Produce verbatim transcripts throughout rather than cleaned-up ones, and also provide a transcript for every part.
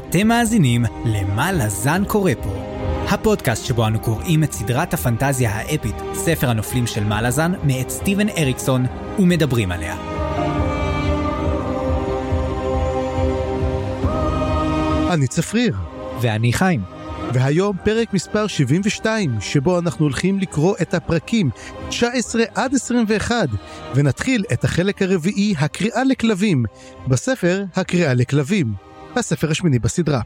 אתם מאזינים למה לזן קורא פה, הפודקאסט שבו אנו קוראים את סדרת הפנטזיה האפית, ספר הנופלים של מה לזן, מאת סטיבן אריקסון, ומדברים עליה. אני צפריר. ואני חיים. והיום פרק מספר שבעים ושתיים, שבו אנחנו הולכים לקרוא את הפרקים תשע עשרה עד עשרים ואחת, ונתחיל את החלק הרביעי, הקריאה לכלבים, בספר הקריאה לכלבים, הספר השמיני בסדרה.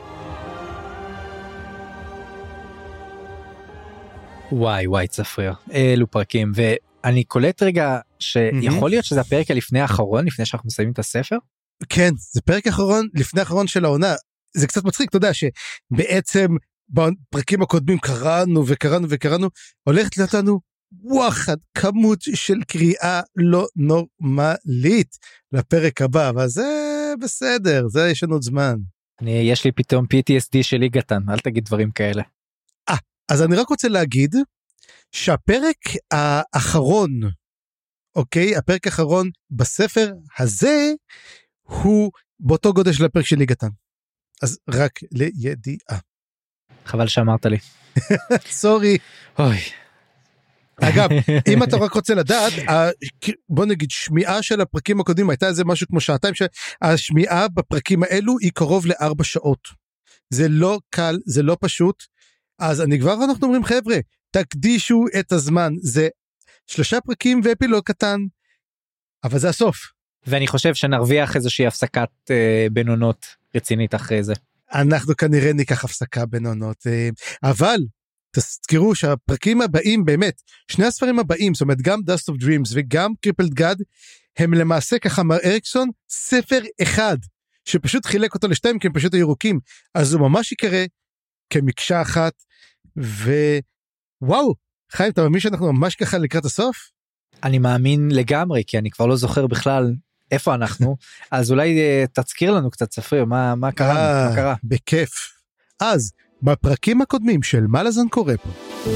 וואי וואי צפריר, אלו פרקים, ואני קולט רגע שיכול להיות שזה הפרק הלפני האחרון, לפני שאנחנו מסיימים את הספר? כן, זה פרק אחרון, לפני האחרון של העונה. זה קצת מצחיק, אתה יודע שבעצם בפרקים הקודמים קראנו וקראנו וקראנו, הולכת לתנו וואחד כמות של קריאה לא נורמלית לפרק הבא, אבל זה בסדר, זה יש לנו זמן. אני, יש לי פתאום פי טי אס די של ליגתן, אל תגיד דברים כאלה. אה, אז אני רק רוצה להגיד שהפרק האחרון, אוקיי, הפרק האחרון בספר הזה, הוא באותו גודל של הפרק של ליגתן. אז רק לידיעה. חבל שאמרת לי. סורי. אוי. אגב, אם אתה רק רוצה לדעת, בוא נגיד, שמיעה של הפרקים הקודמים, הייתה איזה משהו כמו שעתיים, השמיעה בפרקים האלו היא קרוב לארבע שעות. זה לא קל, זה לא פשוט. אז אני כבר, אנחנו אומרים, חבר'ה, תקדישו את הזמן. זה שלושה פרקים ואפילוג קטן, אבל זה הסוף. ואני חושב שנרוויח איזושהי הפסקת אה, בינונות רצינית אחרי זה. אנחנו כנראה ניקח הפסקה בינונות, אה, אבל תזכרו שהפרקים הבאים באמת, שני הספרים הבאים, זאת אומרת גם Dust of Dreams וגם Crippled God, הם למעשה ככה מר אריקסון, ספר אחד, שפשוט חילק אותו לשתיים, כי הם פשוט הירוקים, אז הוא ממש יקרה כמקשה אחת, ווואו, חיים, אתה מאמין שאנחנו ממש ככה לקראת הסוף? אני מאמין לגמרי, כי אני כבר לא זוכר בכלל איפה אנחנו, אז אולי תזכיר לנו קצת ספריר, מה, מה קרה? מה קרה? בכיף. אז, בפרקים הקודמים של מה לזן קורא פה,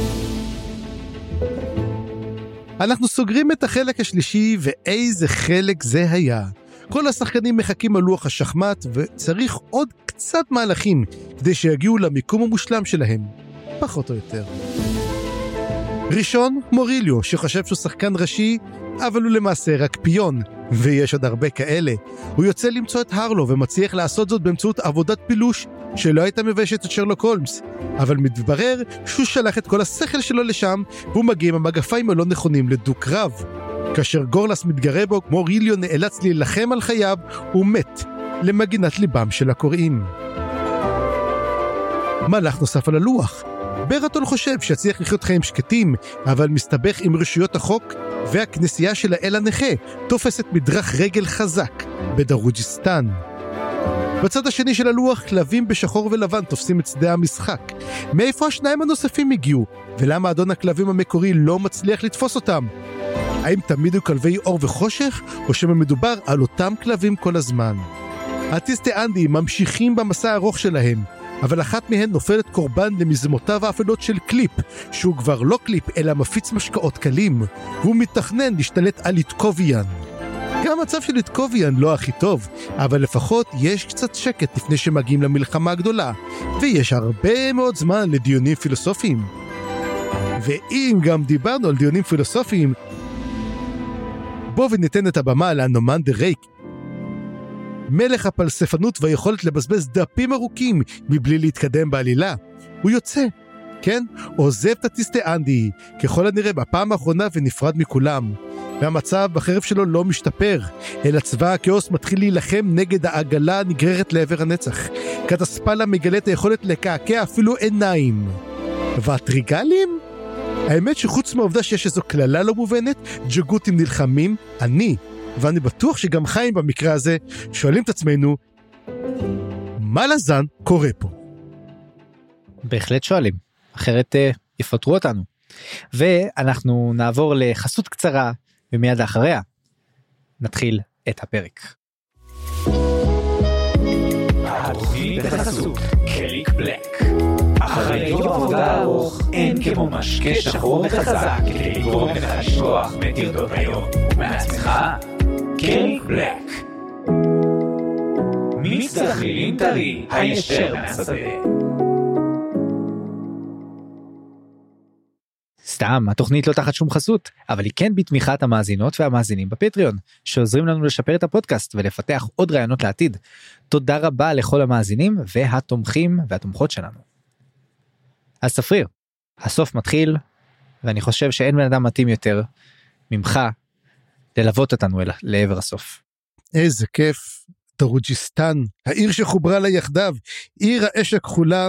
אנחנו סוגרים את החלק השלישי, ואיזה חלק זה היה. כל השחקנים מחכים על לוח השחמט, וצריך עוד קצת מהלכים, כדי שיגיעו למיקום המושלם שלהם, פחות או יותר. ראשון, מוריליו, שחושב שהוא שחקן ראשי, אבל הוא למעשה רק פיון, ויש עוד הרבה כאלה. הוא יוצא למצוא את הרלו, ומצליח לעשות זאת באמצעות עבודת פילוש, שלא הייתה מבשת את שרלוק הולמס. אבל מתברר שהוא שלח את כל השכל שלו לשם, והוא מגיע עם המגפיים הלא נכונים לדוק רב. כאשר גורלס מתגרה בו, מוריליו נאלץ להילחם על חייו, הוא מת למגינת ליבם של הקוראים. מהלך נוסף על הלוח. ברטון חושב שיצליח לחיות חיים שקטים, אבל מסתבך עם רשויות החוק, והכנסייה של האל הנכה תופסת מדרך רגל חזק בדרוג'יסטן. בצד השני של הלוח, כלבים בשחור ולבן תופסים את שדה המשחק. מאיפה השניים הנוספים הגיעו? ולמה אדון הכלבים המקורי לא מצליח לתפוס אותם? האם תמיד הוא כלבי אור וחושך, או שמדובר על אותם כלבים כל הזמן? הטיסטי אנדי ממשיכים במסע הארוך שלהם, אבל אחת מהן נופלת קורבן למזמותיו האפלות של קליפ, שהוא כבר לא קליפ אלא מפיץ משקאות קלים, והוא מתכנן להשתלט על ליטקוביאן. גם המצב של ליטקוביאן לא הכי טוב, אבל לפחות יש קצת שקט לפני שמגיעים למלחמה הגדולה, ויש הרבה מאוד זמן לדיונים פילוסופיים. ואם גם דיברנו על דיונים פילוסופיים, בוא וניתן את הבמה לאנומן דה רייק, מלך הפלספנות והיכולת לבזבז דפים ארוכים מבלי להתקדם בעלילה. הוא יוצא, כן? עוזב את הטיסטי אנדי, ככל הנראה בפעם האחרונה ונפרד מכולם. והמצב בחרב שלו לא משתפר, אלא צבא הכאוס מתחיל להילחם נגד העגלה הנגררת לעבר הנצח. קטספלה מגלה את היכולת לקעקע אפילו עיניים. והטריגלים? האמת שחוץ מהעובדה שיש איזו כללה לא מובנת, ג'גותים נלחמים, אני, ואני בטוח שגם חיים במקרה הזה, שואלים את עצמנו, מה לזן קורה פה? בהחלט שואלים, אחרת uh, יפטרו אותנו. ואנחנו נעבור לחסות קצרה, ומיד לאחריה נתחיל את הפרק. התוכנית בחסות קליק בלק. אחרי יום עבודה ארוך, אין כמו משקה שחור וחזק כדי לגרום לך לשכוח מטרדות היום ומעצמך. קליק בלק. מי מיץ תחלילים טרי, הישר מהשדה. סתם, התוכנית לא תחת שום חסות, אבל היא כן בתמיכת המאזינות והמאזינים בפטריון, שעוזרים לנו לשפר את הפודקאסט ולפתח עוד רעיונות לעתיד. תודה רבה לכל המאזינים והתומכים והתומכות שלנו. אז ספריר, הסוף מתחיל, ואני חושב שאין בן אדם מתאים יותר ממך ללוות אותנו אל, לעבר הסוף. איזה כיף, דרוג'יסטן, העיר שחוברה לה יחדיו, עיר האש הכחולה,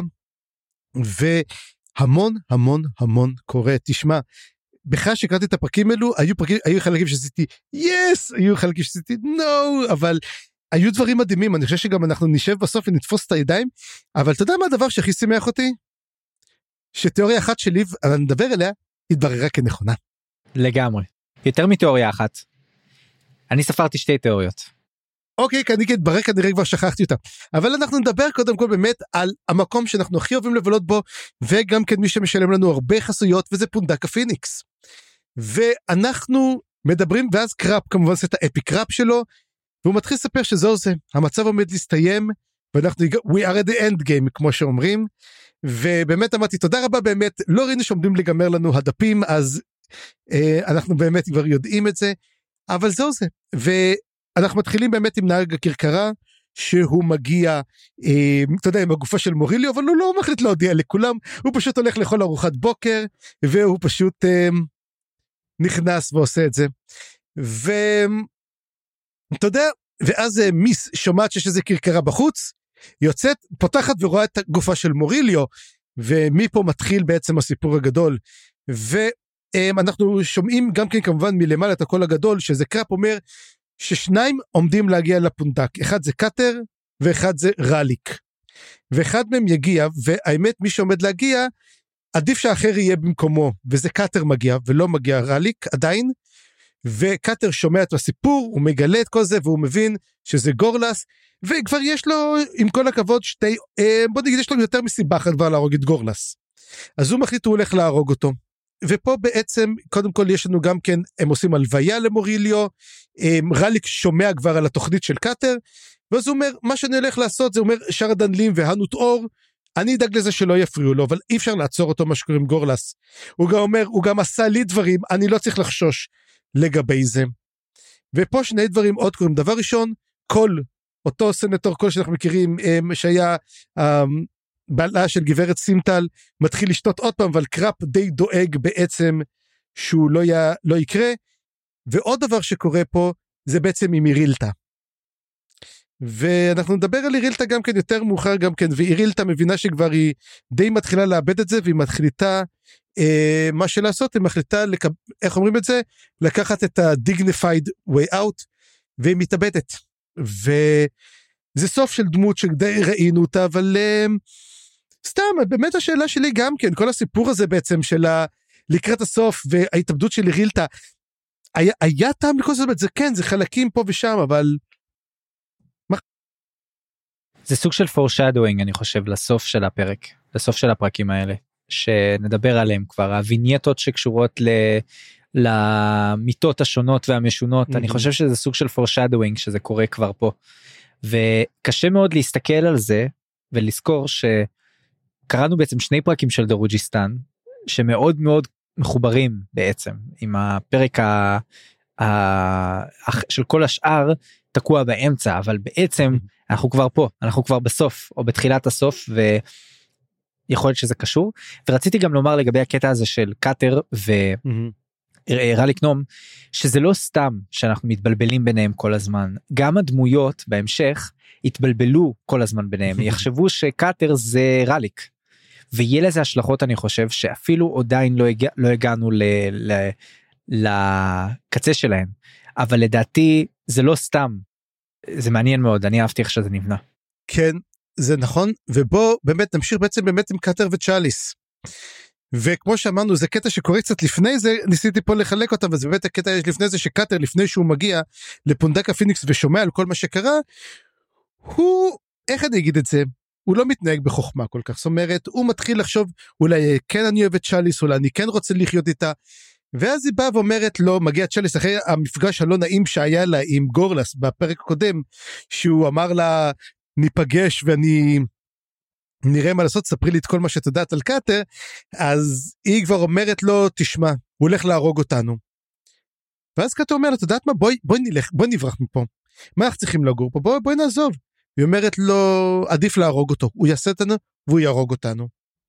והמון המון המון קורה. תשמע, בכלל שקראתי את הפרקים האלו, היו, פרקים, היו חלקים שעשיתי yes, היו חלקים שעשיתי no, אבל היו דברים מדהימים. אני חושב שגם אנחנו נשב בסוף ונתפוס את הידיים, אבל אתה יודע מה הדבר שהכי שימח אותי? שתיאוריה אחת שלי, אני מדבר אליה, התבררה כנכונה. לגמרי. יותר מתיאוריה אחת. אני ספרתי שתי תיאוריות. אוקיי, כי אני כתברר כנראה כבר שכחתי אותה. אבל אנחנו נדבר קודם כל באמת על המקום שאנחנו הכי אוהבים לבלות בו, וגם כן מי שמשלם לנו הרבה חסויות, וזה פונדק הפיניקס. ואנחנו מדברים, ואז קראפ כמובן עושה את האפי קראפ שלו, והוא מתחיל לספר שזהו זה, המצב עומד להסתיים, ואנחנו, we are at the end game, כמו שאומרים, ובאמת אמרתי, תודה רבה באמת, לא ראינו שעומדים לגמר לנו הדפים, אז אה, אנחנו באמת כבר יודעים את זה, אבל זהו זה, ואנחנו מתחילים באמת עם נהג הכרכרה, שהוא מגיע, אה, אתה יודע, עם הגופה של מוריליו, אבל הוא לא מחליט להודיע לכולם, הוא פשוט הולך לאכול ארוחת בוקר, והוא פשוט אה, נכנס ועושה את זה, ואתה יודע, ואז אה, מיס שומעת שיש איזה כרכרה בחוץ, יוצאת, פותחת ורואה את הגופה של מוריליו, ומפה מתחיל בעצם הסיפור הגדול, ואנחנו שומעים גם כן כמובן מלמעלה את הקול הגדול, שזה קראפ אומר, ששניים עומדים להגיע לפונדק, אחד זה קאטר, ואחד זה רליק, ואחד מהם יגיע, והאמת מי שעומד להגיע, עדיף שהאחר יהיה במקומו, וזה קאטר מגיע, ולא מגיע רליק עדיין, וקאטר שומע את הסיפור, הוא מגלה את כל זה, והוא מבין שזה גורלס, וכבר יש לו, עם כל הכבוד, שתי, בוא נגיד, יש לו יותר מסיבה אחת כבר להרוג את גורלס. אז הוא מחליט, הוא הולך להרוג אותו. ופה בעצם, קודם כל יש לנו גם כן, הם עושים הלוויה למוריליו, רליק שומע כבר על התוכנית של קאטר, ואז הוא אומר, מה שאני הולך לעשות, זה אומר, שרדן לים והנות אור, אני אדאג לזה שלא יפריעו לו, אבל אי אפשר לעצור אותו מה שקוראים גורלס. הוא גם אומר, הוא גם עשה לי דברים, אני לא צריך לחשוש לגבי זה. ופה שני דברים עוד קוראים, דבר ראשון, כל אותו סנטור כל שאנחנו מכירים, שהיה בעלה של גברת סימטל, מתחיל לשתות עוד פעם, אבל קראפ די דואג בעצם שהוא לא, י... לא יקרה, ועוד דבר שקורה פה, זה בעצם עם אירילטה. ואנחנו נדבר על אירילטה גם כן יותר מאוחר גם כן, ואירילטה מבינה שכבר היא די מתחילה לאבד את זה, והיא מחליטה, אה, מה שלעשות, היא מחליטה, לקב... איך אומרים את זה? לקחת את ה-dignified way out, והיא מתאבדת. וזה סוף של דמות שדי ראינו אותה, אבל uh, סתם, באמת השאלה שלי גם כן, כל הסיפור הזה בעצם של ה... לקראת הסוף, וההתאבדות של אירילטה, היה, היה טעם לכל זאת, זה כן, זה חלקים פה ושם, אבל... מה? זה סוג של foreshadowing, אני חושב, לסוף של הפרק, לסוף של הפרקים האלה, שנדבר עליהם כבר, הווינייטות שקשורות ל... למיטות השונות והמשונות, mm-hmm. אני חושב שזה סוג של foreshadowing שזה קורה כבר פה, וקשה מאוד להסתכל על זה, ולזכור שקראנו בעצם שני פרקים של דרוג'יסטן, שמאוד מאוד מחוברים בעצם, עם הפרק ה... ה... של כל השאר, תקוע באמצע, אבל בעצם mm-hmm. אנחנו כבר פה, אנחנו כבר בסוף, או בתחילת הסוף, ו... יכול להיות שזה קשור, ורציתי גם לומר לגבי הקטע הזה של קאטר ו... Mm-hmm. רליק נום, שזה לא סתם שאנחנו מתבלבלים ביניהם כל הזמן, גם הדמויות בהמשך התבלבלו כל הזמן ביניהם, יחשבו שקאטר זה רליק, ויהיה לזה השלכות אני חושב שאפילו עדיין לא, הגע, לא הגענו ל, ל, לקצה שלהם, אבל לדעתי זה לא סתם, זה מעניין מאוד, אני אהבתי איך שזה נבנה. כן, זה נכון, ובוא באמת נמשיך בעצם באמת עם קאטר וצ'אליס, וכמו שאמרנו, זה קטע שקורה קצת לפני זה, ניסיתי פה לחלק אותם, וזה באמת הקטע לפני זה, שקאטר לפני שהוא מגיע לפונדק הפיניקס ושומע על כל מה שקרה, הוא, איך אני אגיד את זה, הוא לא מתנהג בחוכמה כל כך, זאת אומרת, הוא מתחיל לחשוב, אולי כן אני אוהב את צ'אליס, אולי אני כן רוצה לחיות איתה, ואז היא באה ואומרת לו, מגיע צ'אליס אחרי המפגש הלא נעים שהיה לה עם גורלס בפרק הקודם, שהוא אמר לה, ניפגש ואני נראה מה לעשות, ספרי לי את כל מה שאת יודעת על קאטר, אז היא כבר אומרת לו, תשמע, הוא הולך להרוג אותנו. ואז קאטר אומר לו, אתה יודעת מה, בואי, בואי נלך, בואי נברח מפה. מה אנחנו צריכים לגור פה? בואי, בואי נעזוב. היא אומרת לו, עדיף להרוג אותו, הוא יעשה אותנו והוא יהרוג אותנו.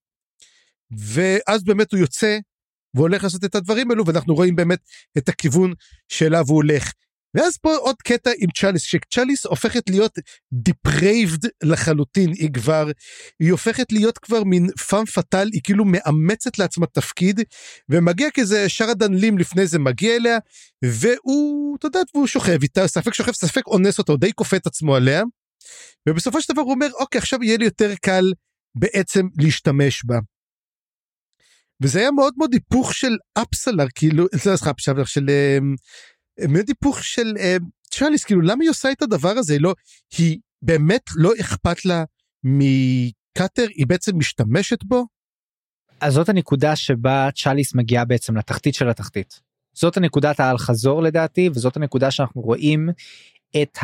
ואז באמת הוא יוצא, והוא הולך לעשות את הדברים האלו, ואנחנו רואים באמת את הכיוון שאליו הוא הולך. ואז פה עוד קטע עם צ'אליס, שצ'אליס הופכת להיות depraved לחלוטין, היא כבר, היא הופכת להיות כבר מין פאם פטל, היא כאילו מאמצת לעצמה תפקיד, ומגיע כזה שרדן לים לפני זה מגיע אליה, והוא, אתה יודעת, והוא שוכב איתה, ספק שוכב, ספק אונס אותו, די כופה את עצמו עליה, ובסופו של דבר הוא אומר, אוקיי, עכשיו יהיה לי יותר קל בעצם להשתמש בה. וזה היה מאוד מאוד היפוך של אפסלר, כאילו, סליחה, אפסלר, של... מאוד היפוך של צ'אליס, כאילו, למה היא עושה את הדבר הזה? לא, היא באמת לא אכפת לה מקאטר, היא בעצם משתמשת בו? אז זאת הנקודה שבה צ'אליס מגיעה בעצם לתחתית של התחתית. זאת הנקודת העל חזור לדעתי, וזאת הנקודה שאנחנו רואים את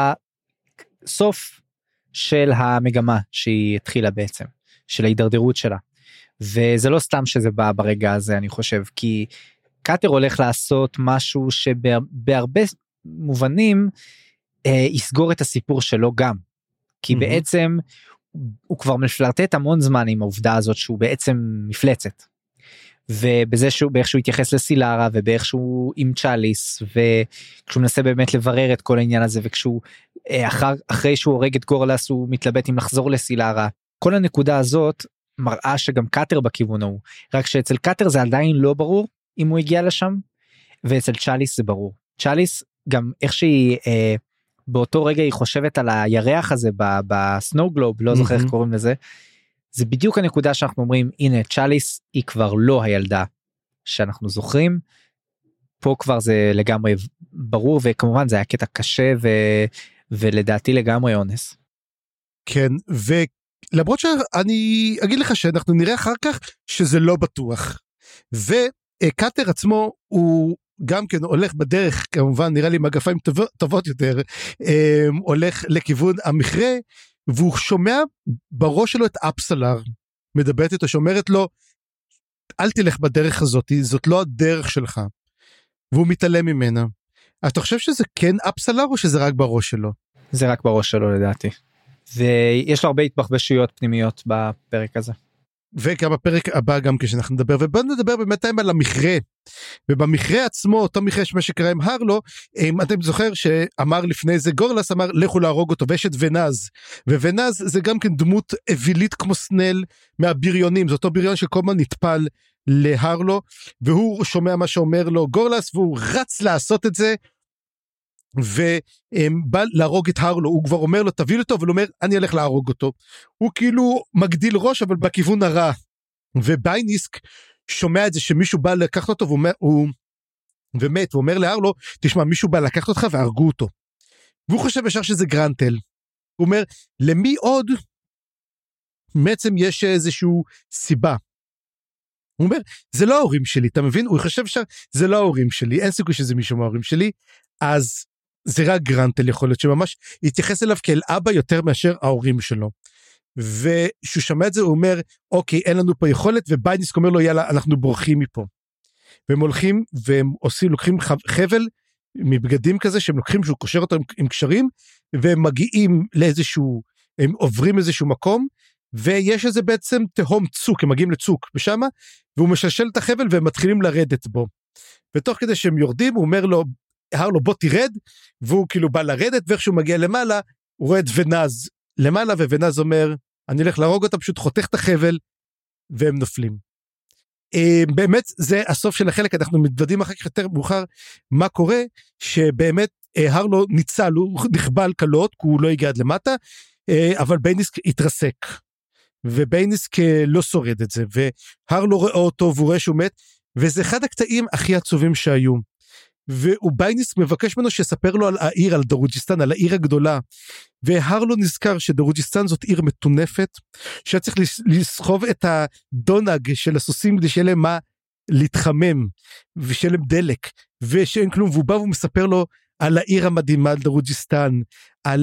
הסוף של המגמה שהיא התחילה בעצם, של ההידרדרות שלה. וזה לא סתם שזה בא ברגע הזה, אני חושב, כי קאטר הולך לעשות משהו שבהרבה מובנים אה, יסגור את הסיפור שלו גם, כי mm-hmm. בעצם הוא כבר מפלרטט המון זמן עם העובדה הזאת שהוא בעצם מפלצת, ובזה שהוא, באיך שהוא התייחס לסילרה, ובאיך שהוא עם צ'אליס, וכשהוא מנסה באמת לברר את כל העניין הזה, וכשהוא, אה, אחר, אחרי שהוא הורג את גורלס, הוא מתלבט אם לחזור לסילרה, כל הנקודה הזאת מראה שגם קאטר בכיוון ההוא, רק שאצל קאטר זה עדיין לא ברור, אם הוא הגיע לשם, ואצל צ'אליס זה ברור. צ'אליס, גם איך שהיא, אה, באותו רגע היא חושבת על הירח הזה, בסנואו גלוב, לא זוכר איך קוראים לזה, זה בדיוק הנקודה שאנחנו אומרים, הנה, צ'אליס היא כבר לא הילדה שאנחנו זוכרים, פה כבר זה לגמרי ברור, וכמובן זה היה קטע קשה, ו... ולדעתי לגמרי אונס. כן, ולמרות שאני אגיד לך שאנחנו נראה אחר כך, שזה לא בטוח. ו... קאטר עצמו הוא גם כן הולך בדרך, כמובן נראה לי מגפיים טובות, טובות יותר, הולך לכיוון המכרה, והוא שומע בראש שלו את אפסלר, מדברת איתו, שאומרת לו, אל תלך בדרך הזאת, זאת לא הדרך שלך, והוא מתעלם ממנה. אתה חושב שזה כן אפסלר, או שזה רק בראש שלו? זה רק בראש שלו לדעתי, ויש לו הרבה התבחבשויות פנימיות בפרק הזה. וגם בפרק הבא גם כשאנחנו נדבר, ובואו נדבר באמת על המכרה, ובמכרה עצמו, אותו מכרה שמה שקרה עם הרלו, אם אתם זוכר שאמר לפני זה, גורלס אמר, לכו להרוג אותו, ויש את ונז, וונז זה גם כן דמות אבילית כמו סנל מהבריונים, זה אותו בריון שכל מה נטפל להרלו, והוא שומע מה שאומר לו גורלס, והוא רץ לעשות את זה, ובא להרוג את הרלו, הוא כבר אומר לו תביא אותו, אבל הוא אומר אני אלך להרוג אותו, הוא כאילו מגדיל ראש אבל בכיוון הרע, ובייניסק שומע את זה שמישהו בא לקחת אותו, והוא, הוא, ומת, הוא אומר להרלו, תשמע מישהו בא לקחת אותך והרגו אותו, והוא חושב ישר שזה גרנטל, הוא אומר למי עוד בעצם יש איזשהו סיבה, הוא אומר זה לא ההורים שלי, אתה מבין? הוא חושב שזה לא ההורים שלי, אין סיכוי שזה מישהו מההורים שלי, אז זה רק גרנטל יכול להיות שממש יתייחס אליו כאל אבא יותר מאשר ההורים שלו, ושהוא שמע את זה הוא אומר אוקיי אין לנו פה יכולת, ובייניסק אומר לו יאללה אנחנו בורחים מפה, והם הולכים והם עושים, לוקחים חבל מבגדים כזה שהם לוקחים שהוא קושר אותו עם, עם קשרים, והם מגיעים לאיזשהו, הם עוברים איזשהו מקום, ויש איזה בעצם תהום צוק, הם מגיעים לצוק בשמה, והוא משלשל את החבל והם מתחילים לרדת בו, ותוך כדי שהם יורדים הוא אומר לו הרלו בוא תרד, והוא כאילו בא לרדת, ואיך שהוא מגיע למעלה, הוא רואה את ונז למעלה, וונז אומר, אני הולך להרוג אותה, פשוט חותך את החבל, והם נופלים. באמת, זה הסוף של החלק, אנחנו מתוודעים אחר כך יותר מאוחר, מה קורה, שבאמת הרלו ניצל, הוא נכבל קלות, כי הוא לא הגיע עד למטה, אבל בייניסק התרסק, ובייניסק לא שורד את זה, והרלו רואה אותו, והוא רואה שהוא מת, וזה אחד הקטעים הכי עצובים שהיו, ובייניס מבקש ממנו שיספר לו על העיר, על דרוג'יסטן, על העיר הגדולה, והרלו נזכר שדרוג'יסטן זאת עיר מטונפת, שהיה צריך לסחוב את הדונג של הסוסים, כדי שיהיה להם מה להתחמם, ושיהיה להם דלק, ושאין כלום, והוא בא ומספר לו על העיר המדהימה, על דרוג'יסטן, על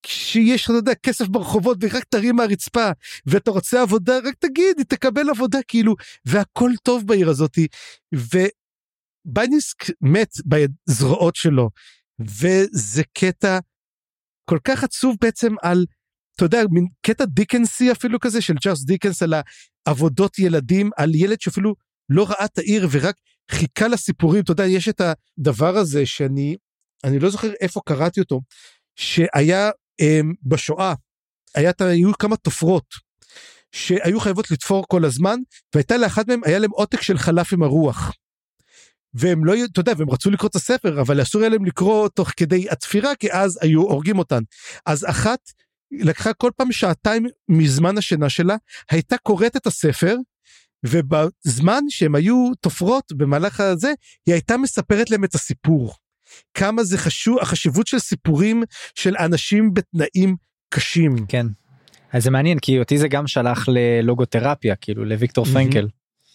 שיש, אתה יודע, כסף ברחובות ורק תרים מהרצפה, ואתה רוצה עבודה, רק תגיד, תקבל עבודה, כאילו, והכל טוב בעיר הזאת, ובייניסק מת בזרועות שלו, וזה קטע כל כך עצוב בעצם על, אתה יודע, מין קטע דיקנסי אפילו כזה, של צ'ארלס דיקנס, על העבודות ילדים, על ילד שאפילו לא ראה את העיר, ורק חיכה לסיפורים, אתה יודע, יש את הדבר הזה, שאני, אני לא זוכר איפה קראתי אותו, שהיה um, בשואה, היה, היו כמה תופרות, שהיו חייבות לתפור כל הזמן, והייתה לאחד מהם, היה להם עותק של חלף עם הרוח, והם לא, אתה יודע, והם רצו לקרוא את הספר, אבל אסור היה להם לקרוא תוך כדי התפירה, כי אז היו הורגים אותן. אז אחת לקחה כל פעם שעתיים מזמן השינה שלה, הייתה קוראת את הספר, ובזמן שהם היו תופרות במהלך הזה, היא הייתה מספרת להם את הסיפור. כמה זה חשוב, החשיבות של סיפורים של אנשים בתנאים קשים. כן. אז זה מעניין, כי אותי זה גם שלח ללוגותרפיה, כאילו לוויקטור פרנקל,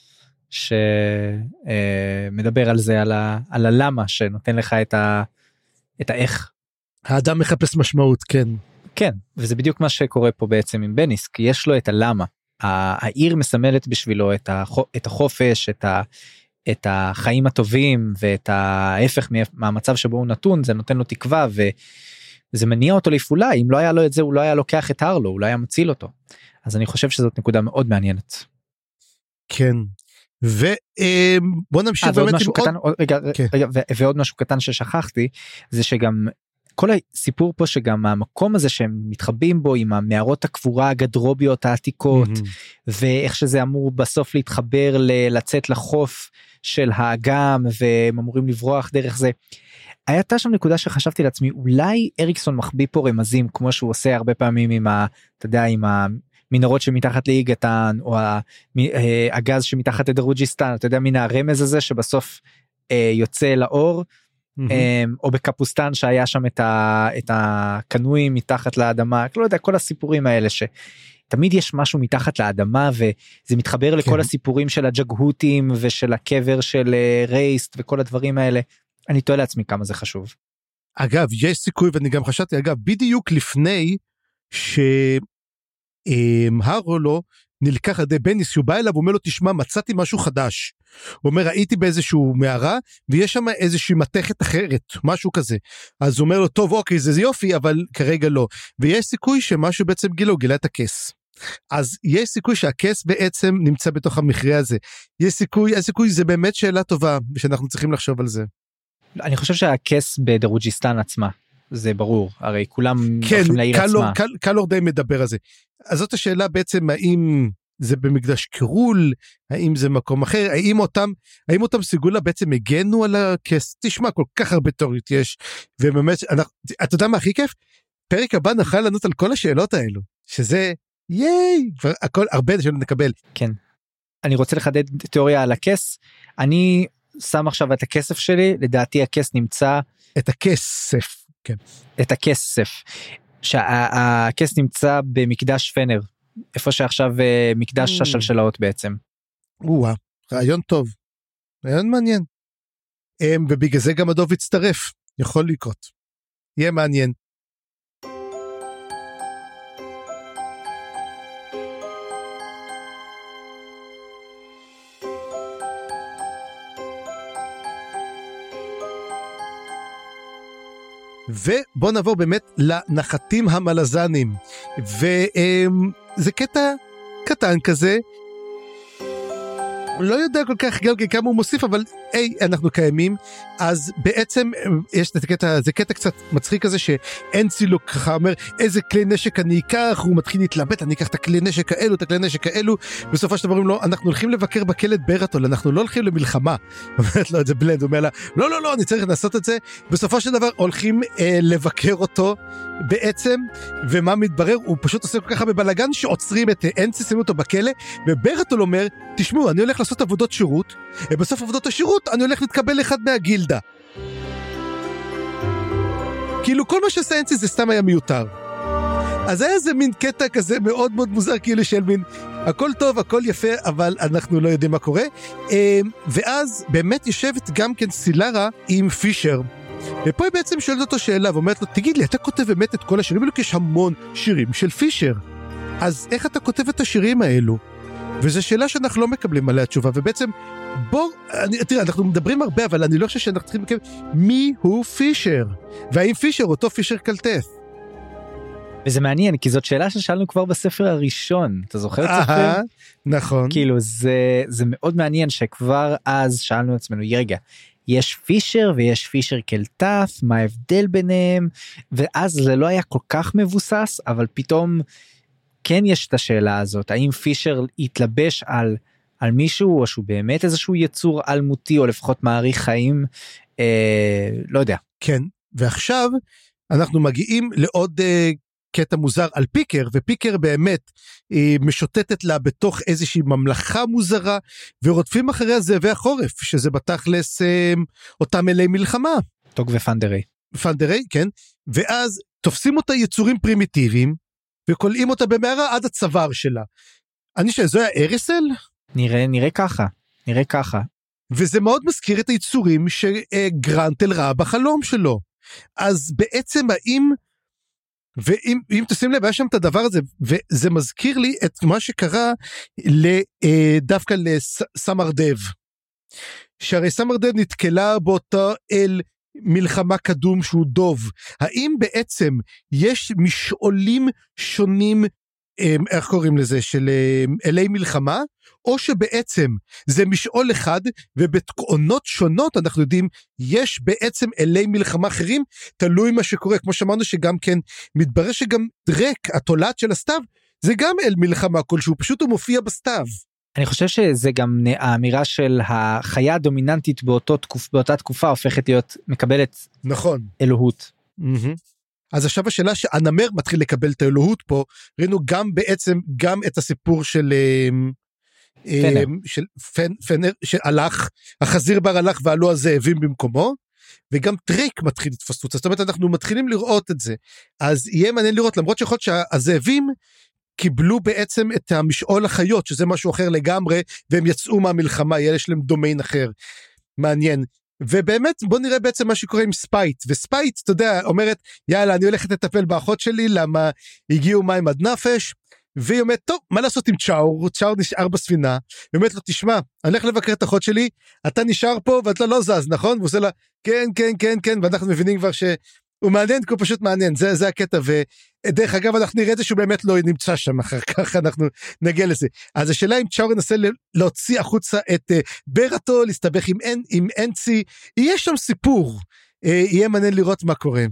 שמדבר על זה, על, ה, על הלמה, שנותן לך את, ה, את האיך. האדם מחפש משמעות, כן. כן, וזה בדיוק מה שקורה פה בעצם עם בייניסק, כי יש לו את הלמה. העיר מסמלת בשבילו את, החופ, את החופש, את, ה, את החיים הטובים, ואת ההפך מהמצב שבו הוא נתון, זה נותן לו תקווה, וזה מניע אותו לפעולה, אם לא היה לו את זה, הוא לא היה לוקח את הרלו, הוא לא היה מציל אותו. אז אני חושב שזאת נקודה מאוד מעניינת. כן. ובוא נמשיך באמת עם עוד... רגע, רגע, ועוד משהו קטן ששכחתי, זה שגם כל הסיפור פה שגם המקום הזה שהם מתחבאים בו עם המערות הקבורה הגדרוביות העתיקות, ואיך שזה אמור בסוף להתחבר לצאת לחוף של האגם, והם אמורים לברוח דרך זה. הייתה שם נקודה שחשבתי לעצמי, אולי אריקסון מחביא פה רמזים, כמו שהוא עושה הרבה פעמים עם ה... אתה יודע, עם ה... מנהרות שמתחת לאיגתן, או הגז שמתחת לדרוג'יסטן, אתה יודע, מן הרמז הזה שבסוף יוצא לאור, או בקפוסטן שהיה שם את הקנויים מתחת לאדמה, לא יודע, כל הסיפורים האלה שתמיד יש משהו מתחת לאדמה, וזה מתחבר לכל הסיפורים של הג'גהותים, ושל הקבר של רייסט, וכל הדברים האלה. אני תוהה לעצמי כמה זה חשוב. אגב, יש סיכוי, ואני גם חשבתי, אגב, בדיוק לפני ש... הרולו נלקח על ידי בייניסק, שהוא בא אליו ואומר לו, תשמע, מצאתי משהו חדש. הוא אומר, ראיתי באיזשהו מערה, ויש שם איזושהי מתכת אחרת, משהו כזה. אז הוא אומר לו, טוב, אוקיי, זה יופי, אבל כרגע לא. ויש סיכוי שמשהו בעצם גילה, הוא גילה את הכס. אז יש סיכוי שהכס בעצם נמצא בתוך המכרה הזה. יש סיכוי, יש סיכוי, זה באמת שאלה טובה, ושאנחנו צריכים לחשוב על זה. אני חושב שהכס בדרוג'יסטן עצמה. זה ברור, הרי כולם כן, הולכים לעיר קלור, עצמה. קל, קלור די מדבר על זה. אז זאת השאלה בעצם, האם זה במקדש קירול, האם זה מקום אחר, האם אותם, האם אותם סיגולה בעצם הגנו על הכס, תשמע, כל כך הרבה תיאוריות יש, ובאמת, אנחנו, אתה יודע מה הכי כיף? פרק הבא נוכל לענות על כל השאלות האלו, שזה, ייי, כבר הכל, הרבה שאלות נקבל. כן. אני רוצה לחדד תיאוריה על הכס, אני שם עכשיו את הכסף שלי, לדעתי הכס נמצא... את הכסף. כן. את הכסף, שהכס נמצא במקדש פנר, איפה שעכשיו מקדש השלשלאות בעצם. וואה, רעיון טוב, רעיון מעניין. ובגלל זה גם הדוב יצטרף, יכול לקרות, יהיה מעניין. ובוא נעבור באמת לנחתים המלזנים, וזה קטע קטן כזה, לא יודע כל כך גם כמה הוא מוסיף, אבל היי, אנחנו קיימים. אז בעצם יש את הקטע, זה קטע קצת מצחיק כזה, שאנסי לו ככה אומר, איזה כלי נשק אני אקח, הוא מתחיל להתלבט, אני אקח את הכלי נשק האלו, את הכלי נשק האלו, בסופו של דבר אומרים לו, אנחנו הולכים לבקר בכלא ברטול, אנחנו לא הולכים למלחמה. אומרת לו את זה בלנד, הוא אומר לה, לא, לא, לא, אני צריך לעשות את זה. בסופו של דבר הולכים אה, לבקר אותו בעצם, ומה מתברר? הוא פשוט עושה כל כך בבלגן, שעוצרים את אנסי, שמים אותו בכלא, וברטול אומר, תשמעו, אני הולך לעשות עבודות שירות, ובסוף עבודות השירות אני הולך להתקבל אחד מהגילדה. כאילו כל מה שעשה אנסי זה סתם היה מיותר. אז היה איזה מין קטע כזה מאוד מאוד מוזר, כאילו של מין, הכל טוב, הכל יפה, אבל אנחנו לא יודעים מה קורה. ואז באמת יושבת גם כן סילרה עם פישר, ופה היא בעצם שואלת אותו שאלה, ואומרת לו, תגיד לי, אתה כותב באמת את כל השירים האלו, כי יש המון שירים של פישר. אז איך אתה כותב את השירים האלו? וזו שאלה שאנחנו לא מקבלים עליה תשובה, ובעצם, בוא, אני, תראה, אנחנו מדברים הרבה, אבל אני לא חושב שאנחנו צריכים לקבל, מי הוא פישר? והאם פישר אותו פישר קלטף? וזה מעניין, כי זאת שאלה ששאלנו כבר בספר הראשון, אתה זוכר את ספר? נכון. כאילו, זה, זה מאוד מעניין שכבר אז שאלנו עצמנו, רגע, יש פישר ויש פישר קלטף, מה ההבדל ביניהם? ואז זה לא היה כל כך מבוסס, אבל פתאום כן יש את השאלה הזאת, האם פישר יתלבש על, על מישהו, או שהוא באמת איזשהו יצור אלמותי, או לפחות מעריך חיים, אה, לא יודע. כן, ועכשיו אנחנו מגיעים לעוד אה, קטע מוזר על פיקר, ופיקר באמת אה, משוטטת לה בתוך איזושהי ממלכה מוזרה, ורודפים אחריה זאבי החורף, שזה בתכלס אה, אותם אלי מלחמה. טוג ופנדרי. פנדרי, כן, ואז תופסים אותה יצורים פרימיטיביים, וקולעים אותה במערה עד הצוואר שלה. אני חושב, זו היה ארסל? נראה, נראה ככה, נראה ככה. וזה מאוד מזכיר את היצורים שגרנטל ראה בחלום שלו. אז בעצם האם, ואם אם תשים לב, היה שם את הדבר הזה, וזה מזכיר לי את מה שקרה דווקא לסמרדב. שהרי סמרדב נתקלה באותו אל מלחמה קדום שהוא דוב. האם בעצם יש משעולים שונים, איך קוראים לזה, של אלי מלחמה, או שבעצם זה משעול אחד, ובתקעונות שונות אנחנו יודעים, יש בעצם אלי מלחמה אחרים, תלוי מה שקורה, כמו שאמרנו שגם כן, מתברר שגם דרק, התולעת של הסתיו, זה גם אל מלחמה כלשהו, פשוט הוא מופיע בסתיו. אני חושב שזה גם האמירה של החיה הדומיננטית באותו תקופ, באותה תקופה הופכת להיות, מקבלת נכון. אלוהות. Mm-hmm. אז עכשיו השאלה שהנמר מתחיל לקבל את האלוהות פה, ראינו גם בעצם, גם את הסיפור של, פנר. של פנ, פנר, שהלך, החזיר בר הלך ועלו הזאבים במקומו, וגם טריק מתחיל לתפוס אותה, זאת אומרת אנחנו מתחילים לראות את זה, אז יהיה מעניין לראות, למרות שיכול להיות שהזאבים, קיבלו בעצם את המשעול החיות, שזה משהו אחר לגמרי, והם יצאו מהמלחמה, יש להם דומיין אחר, מעניין, ובאמת בוא נראה בעצם מה שקורה עם ספייט, וספייט, אתה יודע, אומרת, יאללה, אני הולכת לטפל באחות שלי, למה הגיעו מים עד נפש, והיא אומרת, טוב, מה לעשות עם צ'אור? צ'אור נשאר בספינה, ואומרת לו, תשמע, אני הולך לבקר את אחות שלי, אתה נשאר פה, ואתה לא זז, נכון? והוא עושה לה, כן, כן, כן, כן, ואנחנו מבינים כבר ש... הוא מעניין, כי הוא פשוט מעניין, זה, זה הקטע, ודרך אגב, אנחנו נראה את זה שהוא באמת לא נמצא שם, אחר כך אנחנו נגיע לזה. אז השאלה אם צ'אור ינסה להוציא החוצה את uh, ברטו, להסתבך עם, אין, עם אנצי, יהיה שם סיפור, uh, יהיה מעניין לראות מה קורה.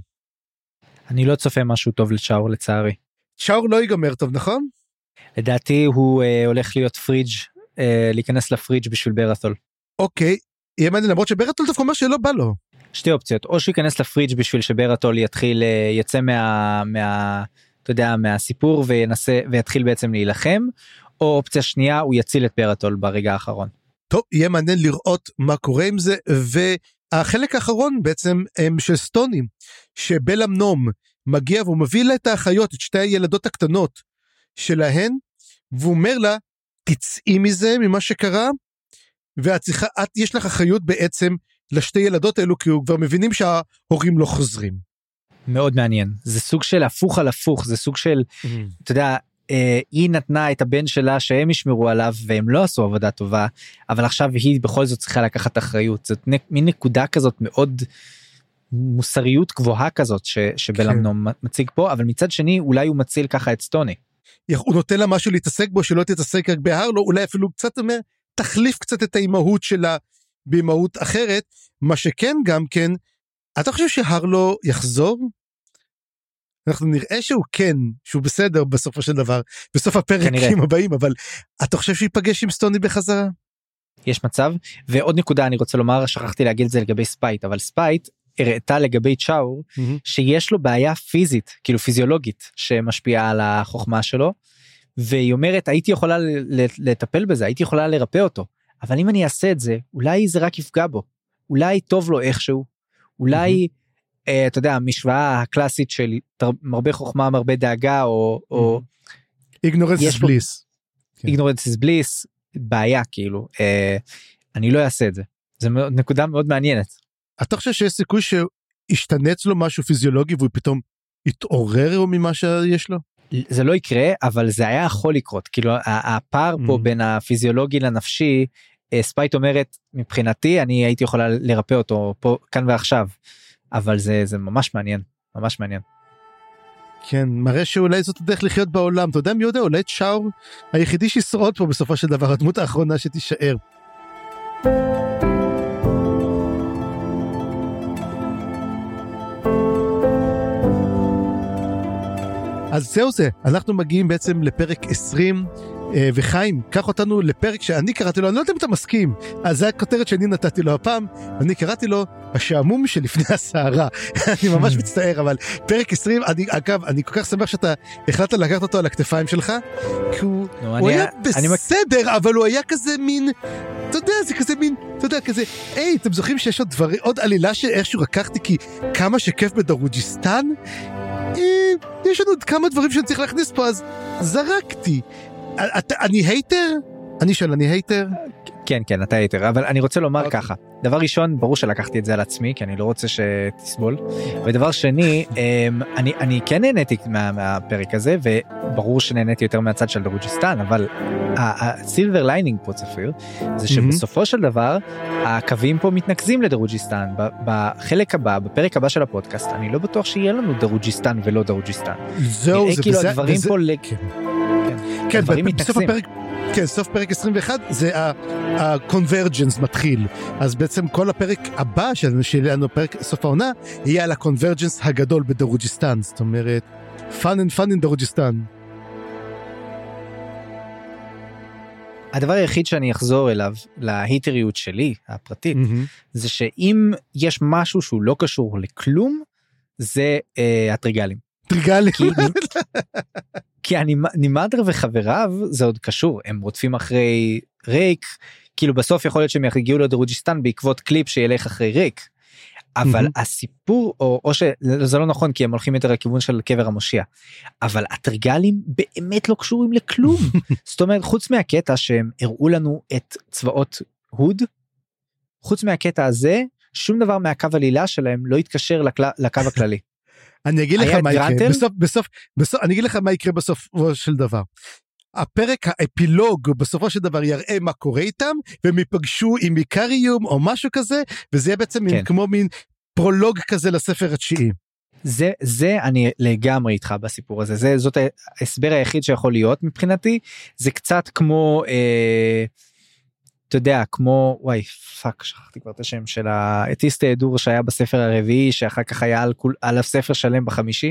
אני לא צופה משהו טוב לצ'אור, לצערי. צ'אור לא ייגמר טוב, נכון? לדעתי הוא uh, הולך להיות פריג', uh, להיכנס לפריג' בשביל ברטול. אוקיי, יהיה מעניין, למרות שברטול דווקא אומר שלא בא לו. שתי אופציות, או שהוא ייכנס לפריג' בשביל שברטול יתחיל, יצא מה, מה, אתה יודע, מהסיפור וינסה, ויתחיל בעצם להילחם, או אופציה שנייה, הוא יציל את ברטול ברגע האחרון. טוב, יהיה מעניין לראות מה קורה עם זה, והחלק האחרון בעצם הם של סטונים, שבלמנום מגיע והוא מביא לה את האחיות, את שתי הילדות הקטנות שלהן, והוא אומר לה, תצאי מזה, ממה שקרה, ואת צריכה, את, יש לך אחריות בעצם, לשתי ילדות האלו, כי הוא כבר מבינים שההורים לא חוזרים. מאוד מעניין, זה סוג של הפוך על הפוך, זה סוג של, mm-hmm. אתה יודע, אה, היא נתנה את הבן שלה שהם ישמרו עליו, והם לא עשו עבודה טובה, אבל עכשיו היא בכל זאת צריכה לקחת אחריות, זאת מין נקודה כזאת מאוד מוסריות גבוהה כזאת, ש, שבלמנום okay. מציג פה, אבל מצד שני אולי הוא מציל ככה את סטוני. הוא נותן לה משהו להתעסק בו, שלא תתעסק רק בהרלו, אולי אפילו קצת אומר, תחליף קצת את האימהות שלה, באימהות אחרת, מה שכן גם כן, אתה חושב שהרלו יחזור? אנחנו נראה שהוא כן, שהוא בסדר בסופו של דבר, בסוף הפרקים הבאים, אבל אתה חושב שיפגש עם סטוני בחזרה? יש מצב, ועוד נקודה אני רוצה לומר, שכחתי להגיד את זה לגבי ספייט, אבל ספייט הראתה לגבי צ'אור, mm-hmm. שיש לו בעיה פיזית, כאילו פיזיולוגית, שמשפיעה על החוכמה שלו, והיא אומרת, הייתי יכולה לטפל בזה, הייתי יכולה לרפא אותו, אבל אם אני אעשה את זה, אולי זה רק יפגע בו, אולי טוב לו איכשהו, אולי, mm-hmm. אה, אתה יודע, המשוואה הקלאסית של מרבה חוכמה, מרבה דאגה, או... Mm-hmm. או ignorance is bliss. ignorance is bliss, בעיה כאילו, אה, אני לא אעשה את זה, זה נקודה מאוד מעניינת. אתה חושב שיש סיכוי ישתנה אצלו משהו פיזיולוגי והוא פתאום יתעורר ממה שיש לו? זה לא יקרה, אבל זה היה יכול לקרות, כאילו הפער פה mm-hmm. בין הפיזיולוגי לנפשי, ספייט אומרת, מבחינתי אני הייתי יכולה לרפא אותו פה, כאן ועכשיו, אבל זה, זה ממש מעניין, ממש מעניין. כן, מראה שאולי זאת הדרך לחיות בעולם, אתה יודע מי יודע, אולי צ'אור היחידי שישרוד פה בסופו של דבר, הדמות האחרונה שתישאר. אז זהו זה, אנחנו מגיעים בעצם לפרק עשרים, וחיים, קח אותנו לפרק שאני קראתי לו, אני לא יודע אם אתה מסכים, אז זה הכותרת שאני נתתי לו הפעם, אני קראתי לו השעמום שלפני הסערה, אני ממש מצטער, אבל פרק עשרים, אני, אגב, אני כל כך שמח שאתה החלטת לקחת אותו על הכתפיים שלך, כי הוא, הוא אני, היה אני, בסדר, אני... אבל הוא היה כזה מין, אתה יודע, זה כזה מין, אתה יודע, כזה, היי, אתם זוכרים שיש עוד דברים, עוד עלילה שאיכשהו לקחתי, כי כמה שכיף בדרוג'יסטן, יש לנו עוד כמה דברים שאני צריך להכניס פה, אז זרקתי. אני הייטר? אני שואל, אני הייטר? כן, כן, אתה הייטר, אבל אני רוצה לומר ככה, דבר ראשון, ברור שלקחתי את זה על עצמי, כי אני לא רוצה שתסבול, ודבר שני, אני, אני כן נהניתי מה, מהפרק הזה, וברור שנהניתי יותר מהצד של דרוג'יסטן, אבל הסילבר ליינינג פה צפיר, זה שבסופו של דבר, הקווים פה מתנקזים לדרוג'יסטן, בחלק הבא, בפרק הבא של הפודקאסט, אני לא בטוח שיהיה לנו דרוג'יסטן ולא דרוג'יסטן. זהו, זה כאילו הדברים פה, כן, בסוף הפרק, כן, סוף פרק עשרים ואחת זה ה-convergence מתחיל, אז בעצם כל הפרק הבא שלנו, פרק סוף העונה, יהיה על ה-convergence הגדול בדרוג'יסטן, זאת אומרת, fun and fun in דרוג'יסטן. הדבר היחיד שאני אחזור אליו, להיטריות שלי, הפרטית, זה שאם יש משהו שהוא לא קשור לכלום, זה הטריגלים. טריגלים. כי נימדר וחבריו זה עוד קשור, הם רודפים אחרי ריק, כאילו בסוף יכול להיות שהם יגיעו לדרוג'יסטן בעקבות קליפ שילך אחרי ריק, אבל הסיפור, או שזה לא נכון כי הם הולכים יותר לכיוון של קבר המושיע, אבל הטריגלים באמת לא קשורים לכלום, זאת אומרת חוץ מהקטע שהם הראו לנו את צבאות הוד, חוץ מהקטע הזה, שום דבר מהקו עלילה שלהם לא יתקשר לקו הכללי. אני אגיד לך מה יקרה, בסוף, בסוף, בסוף, אני אגיד לך מה יקרה בסופו של דבר. הפרק האפילוג בסופו של דבר יראה מה קורה איתם, והם ייפגשו עם איקריום או משהו כזה, וזה יהיה בעצם כן. כמו מין פרולוג כזה לספר התשיעי. זה, זה אני לגמרי איתך בסיפור הזה, זה, זאת ההסבר היחיד שיכול להיות מבחינתי, זה קצת כמו, אה, אתה יודע, כמו, וואי, פאק, שכחתי כבר את השם של האטיסט הדור שהיה בספר הרביעי, שאחר כך היה על, על הספר שלם בחמישי.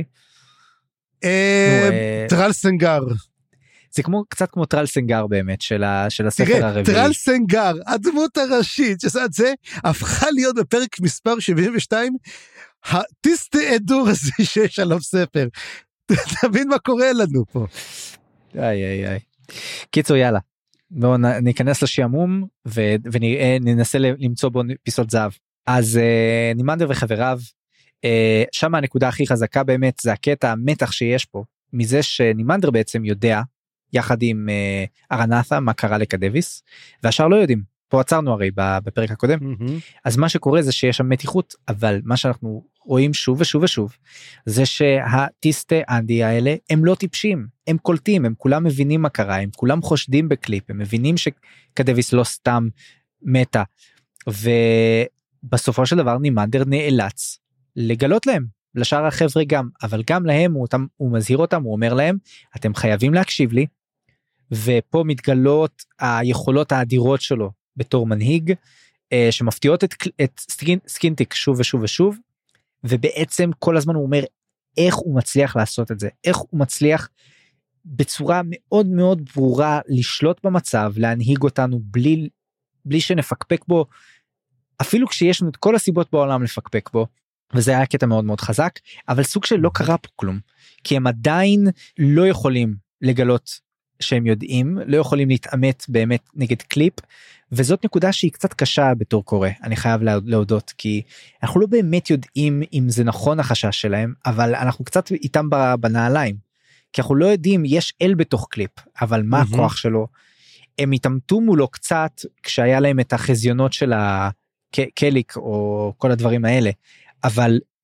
טרלסנגר. זה כמו, קצת כמו טרלסנגר באמת, של, ה, של הספר הרביעי. תראה, טרלסנגר, הדמות הראשית, שעשה את זה, הפכה להיות בפרק מספר שבעים ושתיים, האטיסט הדור הזה שיש עליו ספר. תבין מה קורה לנו פה. איי, איי, איי. קיצור, יאללה. בואו ניכנס לשעמום ונראה, ננסה למצוא בו פיסות זהב. אז נימנדר וחבריו, שם הנקודה הכי חזקה באמת זה הקטע המתח שיש פה, מזה שנימנדר בעצם יודע, יחד עם ארנתה, מה קרה לקדביס, והשאר לא יודעים, פה עצרנו הרי בפרק הקודם, אז מה שקורה זה שיש שם מתיחות, אבל מה שאנחנו רואים שוב ושוב ושוב, זה שהטיסטה אנדי האלה, הם לא טיפשים, הם קולטים, הם כולם מבינים מה קרה, הם כולם חושדים בקליפ, הם מבינים שקדביס לא סתם מתה, ובסופו של דבר נימנדר נאלץ לגלות להם, לשאר החבר'ה גם, אבל גם להם הוא, אותם, הוא מזהיר אותם, הוא אומר להם, אתם חייבים להקשיב לי, ופה מתגלות היכולות האדירות שלו, בתור מנהיג, שמפתיעות את, את סקין, סקינטיק שוב ושוב ושוב, ובעצם כל הזמן הוא אומר, איך הוא מצליח לעשות את זה, איך הוא מצליח בצורה מאוד מאוד ברורה, לשלוט במצב, להנהיג אותנו בלי, בלי שנפקפק בו, אפילו כשיש לנו את כל הסיבות בעולם לפקפק בו, וזה היה קטע מאוד מאוד חזק, אבל סוג של לא קרה פה כלום, כי הם עדיין לא יכולים לגלות שהם יודעים, לא יכולים להתאמת באמת נגד קליפ, וזאת נקודה שהיא קצת קשה בתור קורא, אני חייב להודות, כי אנחנו לא באמת יודעים אם זה נכון החשש שלהם, אבל אנחנו קצת איתם בנעליים, כי אנחנו לא יודעים, יש אל בתוך קליפ, אבל מה mm-hmm. הכוח שלו, הם התאמתו מולו קצת, כשהיה להם את החזיונות של הקליק, או כל הדברים האלה, אבל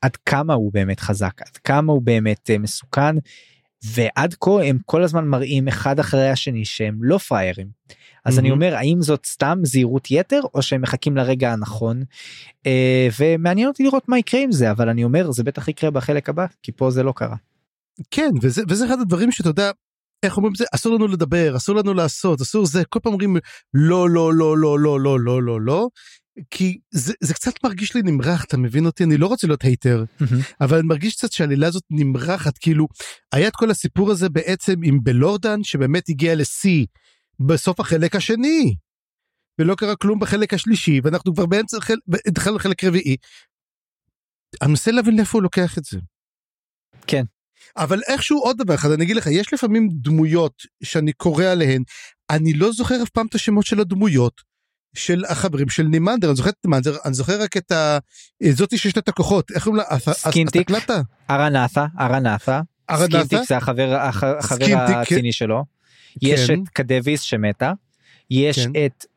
עד כמה הוא באמת חזק, עד כמה הוא באמת uh, מסוכן, ועד כה הם כל הזמן מראים אחד אחרי השני שהם לא פריירים. אז mm-hmm. אני אומר, האם זאת סתם זהירות יתר, או שהם מחכים לרגע הנכון, uh, ומעניין אותי לראות מה יקרה עם זה, אבל אני אומר, זה בטח יקרה בחלק הבא, כי פה זה לא קרה. כן, וזה, וזה אחד הדברים שאתה יודע, איך אומרים זה, אסור לנו לדבר, אסור לנו לעשות, אסור זה, כל פעם אומרים, לא, לא, לא, לא, לא, לא, לא, לא, לא, כי זה, זה קצת מרגיש לי נמרח, אתה מבין אותי? אני לא רוצה להיות הייטר, mm-hmm. אבל אני מרגיש קצת שהעלילה הזאת נמרחת, כאילו, היה את כל הסיפור הזה בעצם עם בלורדן, שבאמת הגיע לשיא, בסוף החלק השני, ולא קרה כלום בחלק השלישי, ואנחנו כבר באמצע, התחלנו חלק רביעי, אני מנסה להבין לאיפה הוא לוקח את זה. כן. אבל איכשהו עוד דבר אחד, אני אגיד לך, יש לפעמים דמויות שאני קורא עליהן, אני לא זוכר אף פעם את השמות של הדמויות, של החברים של נימנדר, אני זוכר את נימנדר, אני זוכר רק את ה... זאתי שיש לה את הכוחות, איך קוראים לה? סקינטיק, ארנתה, ארנתה, סקינטיק זה החבר הציני שלו, יש את קדביס שמתה, יש את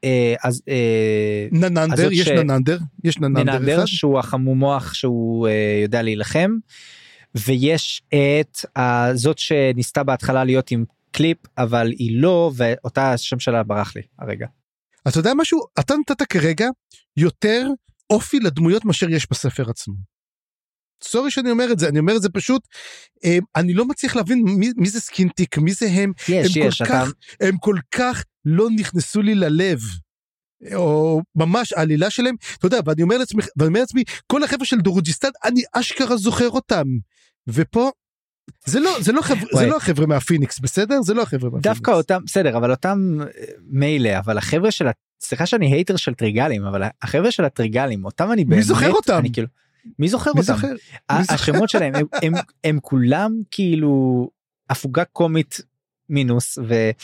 נננדר, יש נננדר, יש נננדר שהוא החמומוח שהוא יודע להילחם, ויש את זאת שניסתה בהתחלה להיות עם קליפ, אבל היא לא, ואותה השם שלה ברח לי הרגע. אתה יודע משהו? אתה נתת כרגע יותר אופי לדמויות מאשר יש בספר עצמו. סורי שאני אומר את זה, אני אומר את זה פשוט, אני לא מצליח להבין מי, מי זה סקינטיק, מי זה הם, יש, הם, יש, כל כך, הם כל כך לא נכנסו לי ללב, או ממש העלילה שלהם, אתה יודע, ואני אומר לעצמי, ואני אומר לעצמי, כל החבר'ה של דרוג'יסטן, אני אשכרה זוכר אותם, ופה, זה לא, זה לא חבר'ה, זה לא החבר'ה מהפיניקס, בסדר? זה לא החבר'ה מהפיניקס. דווקא אותם, בסדר, אבל אותם מילא, אבל החבר'ה של, סליחה שאני הייטר של טריגלים, אבל החבר'ה של הטריגלים, אותם אני באמת, מי זוכר אותם? אני כאילו, מי זוכר אותם? השמות שלהם, הם כולם כאילו, הפוגה קומית, מינוס,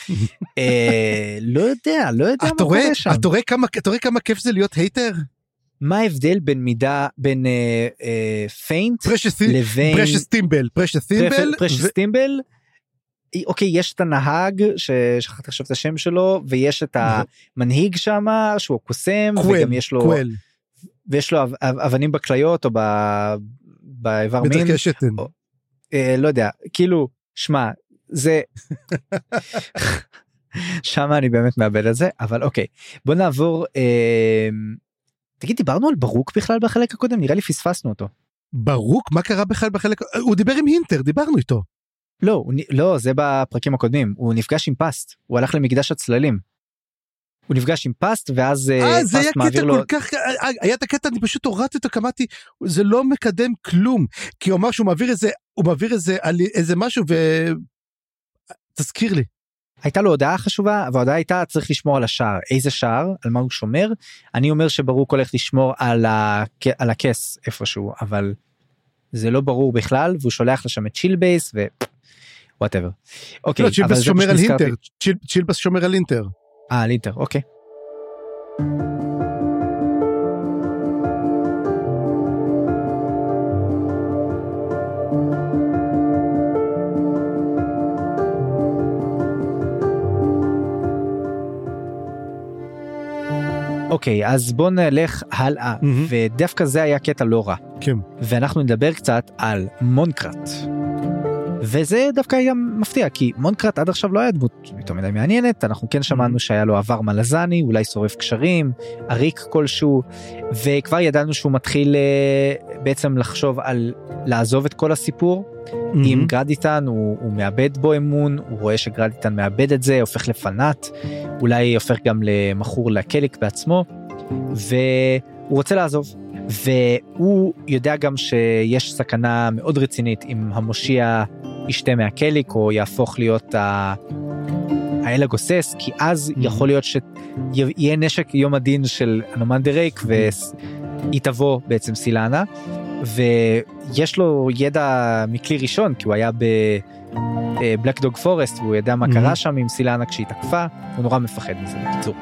ולא יודע, לא יודע מה קורה שם. אתה רואה כמה כיף זה להיות הייטר? מה ההבדל בין מידה, בין פיינט לבין... פרשס טימבל, פרשס טימבל. פרשס טימבל, אוקיי, יש את הנהג, ששכחת עכשיו את השם שלו, ויש את המנהיג שם, שהוא קוסם, וגם יש לו... ויש לו אבנים בכליות, או באיבר מין. בדרכי השתן. לא יודע, כאילו, שמה, זה... שם אני באמת מאבד את זה, אבל אוקיי. בוא נעבור... תגיד, דיברנו על ברוק בכלל בחלק הקודם? נראה לי פספסנו אותו. ברוק? מה קרה בכלל בחלק... הוא דיבר עם הינטר, דיברנו איתו. לא, הוא... לא, זה בפרקים הקודמים. הוא נפגש עם פסט, הוא הלך למקדש הצללים. הוא נפגש עם פסט, ואז אה, זה היה קטע לו... כל כך... היה את הקטע, אני פשוט הורדתי אותו, קמאתי, זה לא מקדם כלום. כי הוא אמר שהוא מעביר איזה, הוא מעביר איזה, איזה משהו, ו... תזכיר לי. הייתה לו הודעה חשובה, וההודעה הייתה צריך לשמור על השער. איזה שער? על מה הוא שומר? אני אומר שברוק הולך לשמור על, ה... על הכס איפשהו, אבל זה לא ברור בכלל, והוא שולח לשם את צ'ילבייס, ו... whatever. אוקיי, לא, צ'ילבייס שומר על הינטר. צ'יל... צ'ילבייס שומר על הינטר. אה, על הינטר, אוקיי. אוקיי, אז בוא נלך הלאה, mm-hmm. ודווקא זה היה קטע לא רע. כן. ואנחנו נדבר קצת על מונקרט. וזה דווקא היה מפתיע, כי מונקרט עד עכשיו לא היה דמות יותר מדי מעניינת, אנחנו כן שמענו שהיה לו עבר מלזני, אולי שורף קשרים, עריק כלשהו, וכבר ידענו שהוא מתחיל בעצם לחשוב על לעזוב את כל הסיפור, mm-hmm. עם גרדיטן, הוא, הוא מאבד בו אמון, הוא רואה שגרדיטן מאבד את זה, הופך לפנאט, אולי הופך גם למחור לקליק בעצמו, והוא רוצה לעזוב. והוא יודע גם שיש סכנה מאוד רצינית אם המושיע ישתה מהקליק או יהפוך להיות האל הגוסס, כי אז יכול להיות שיהיה נשק יום הדין של אנומנדרייק והיא תבוא בעצם סילנה, ויש לו ידע מכלי ראשון כי הוא היה בבלק דוג פורסט והוא ידע מה קרה שם עם סילנה כשהיא תקפה, הוא נורא מפחד מזה בקיצור.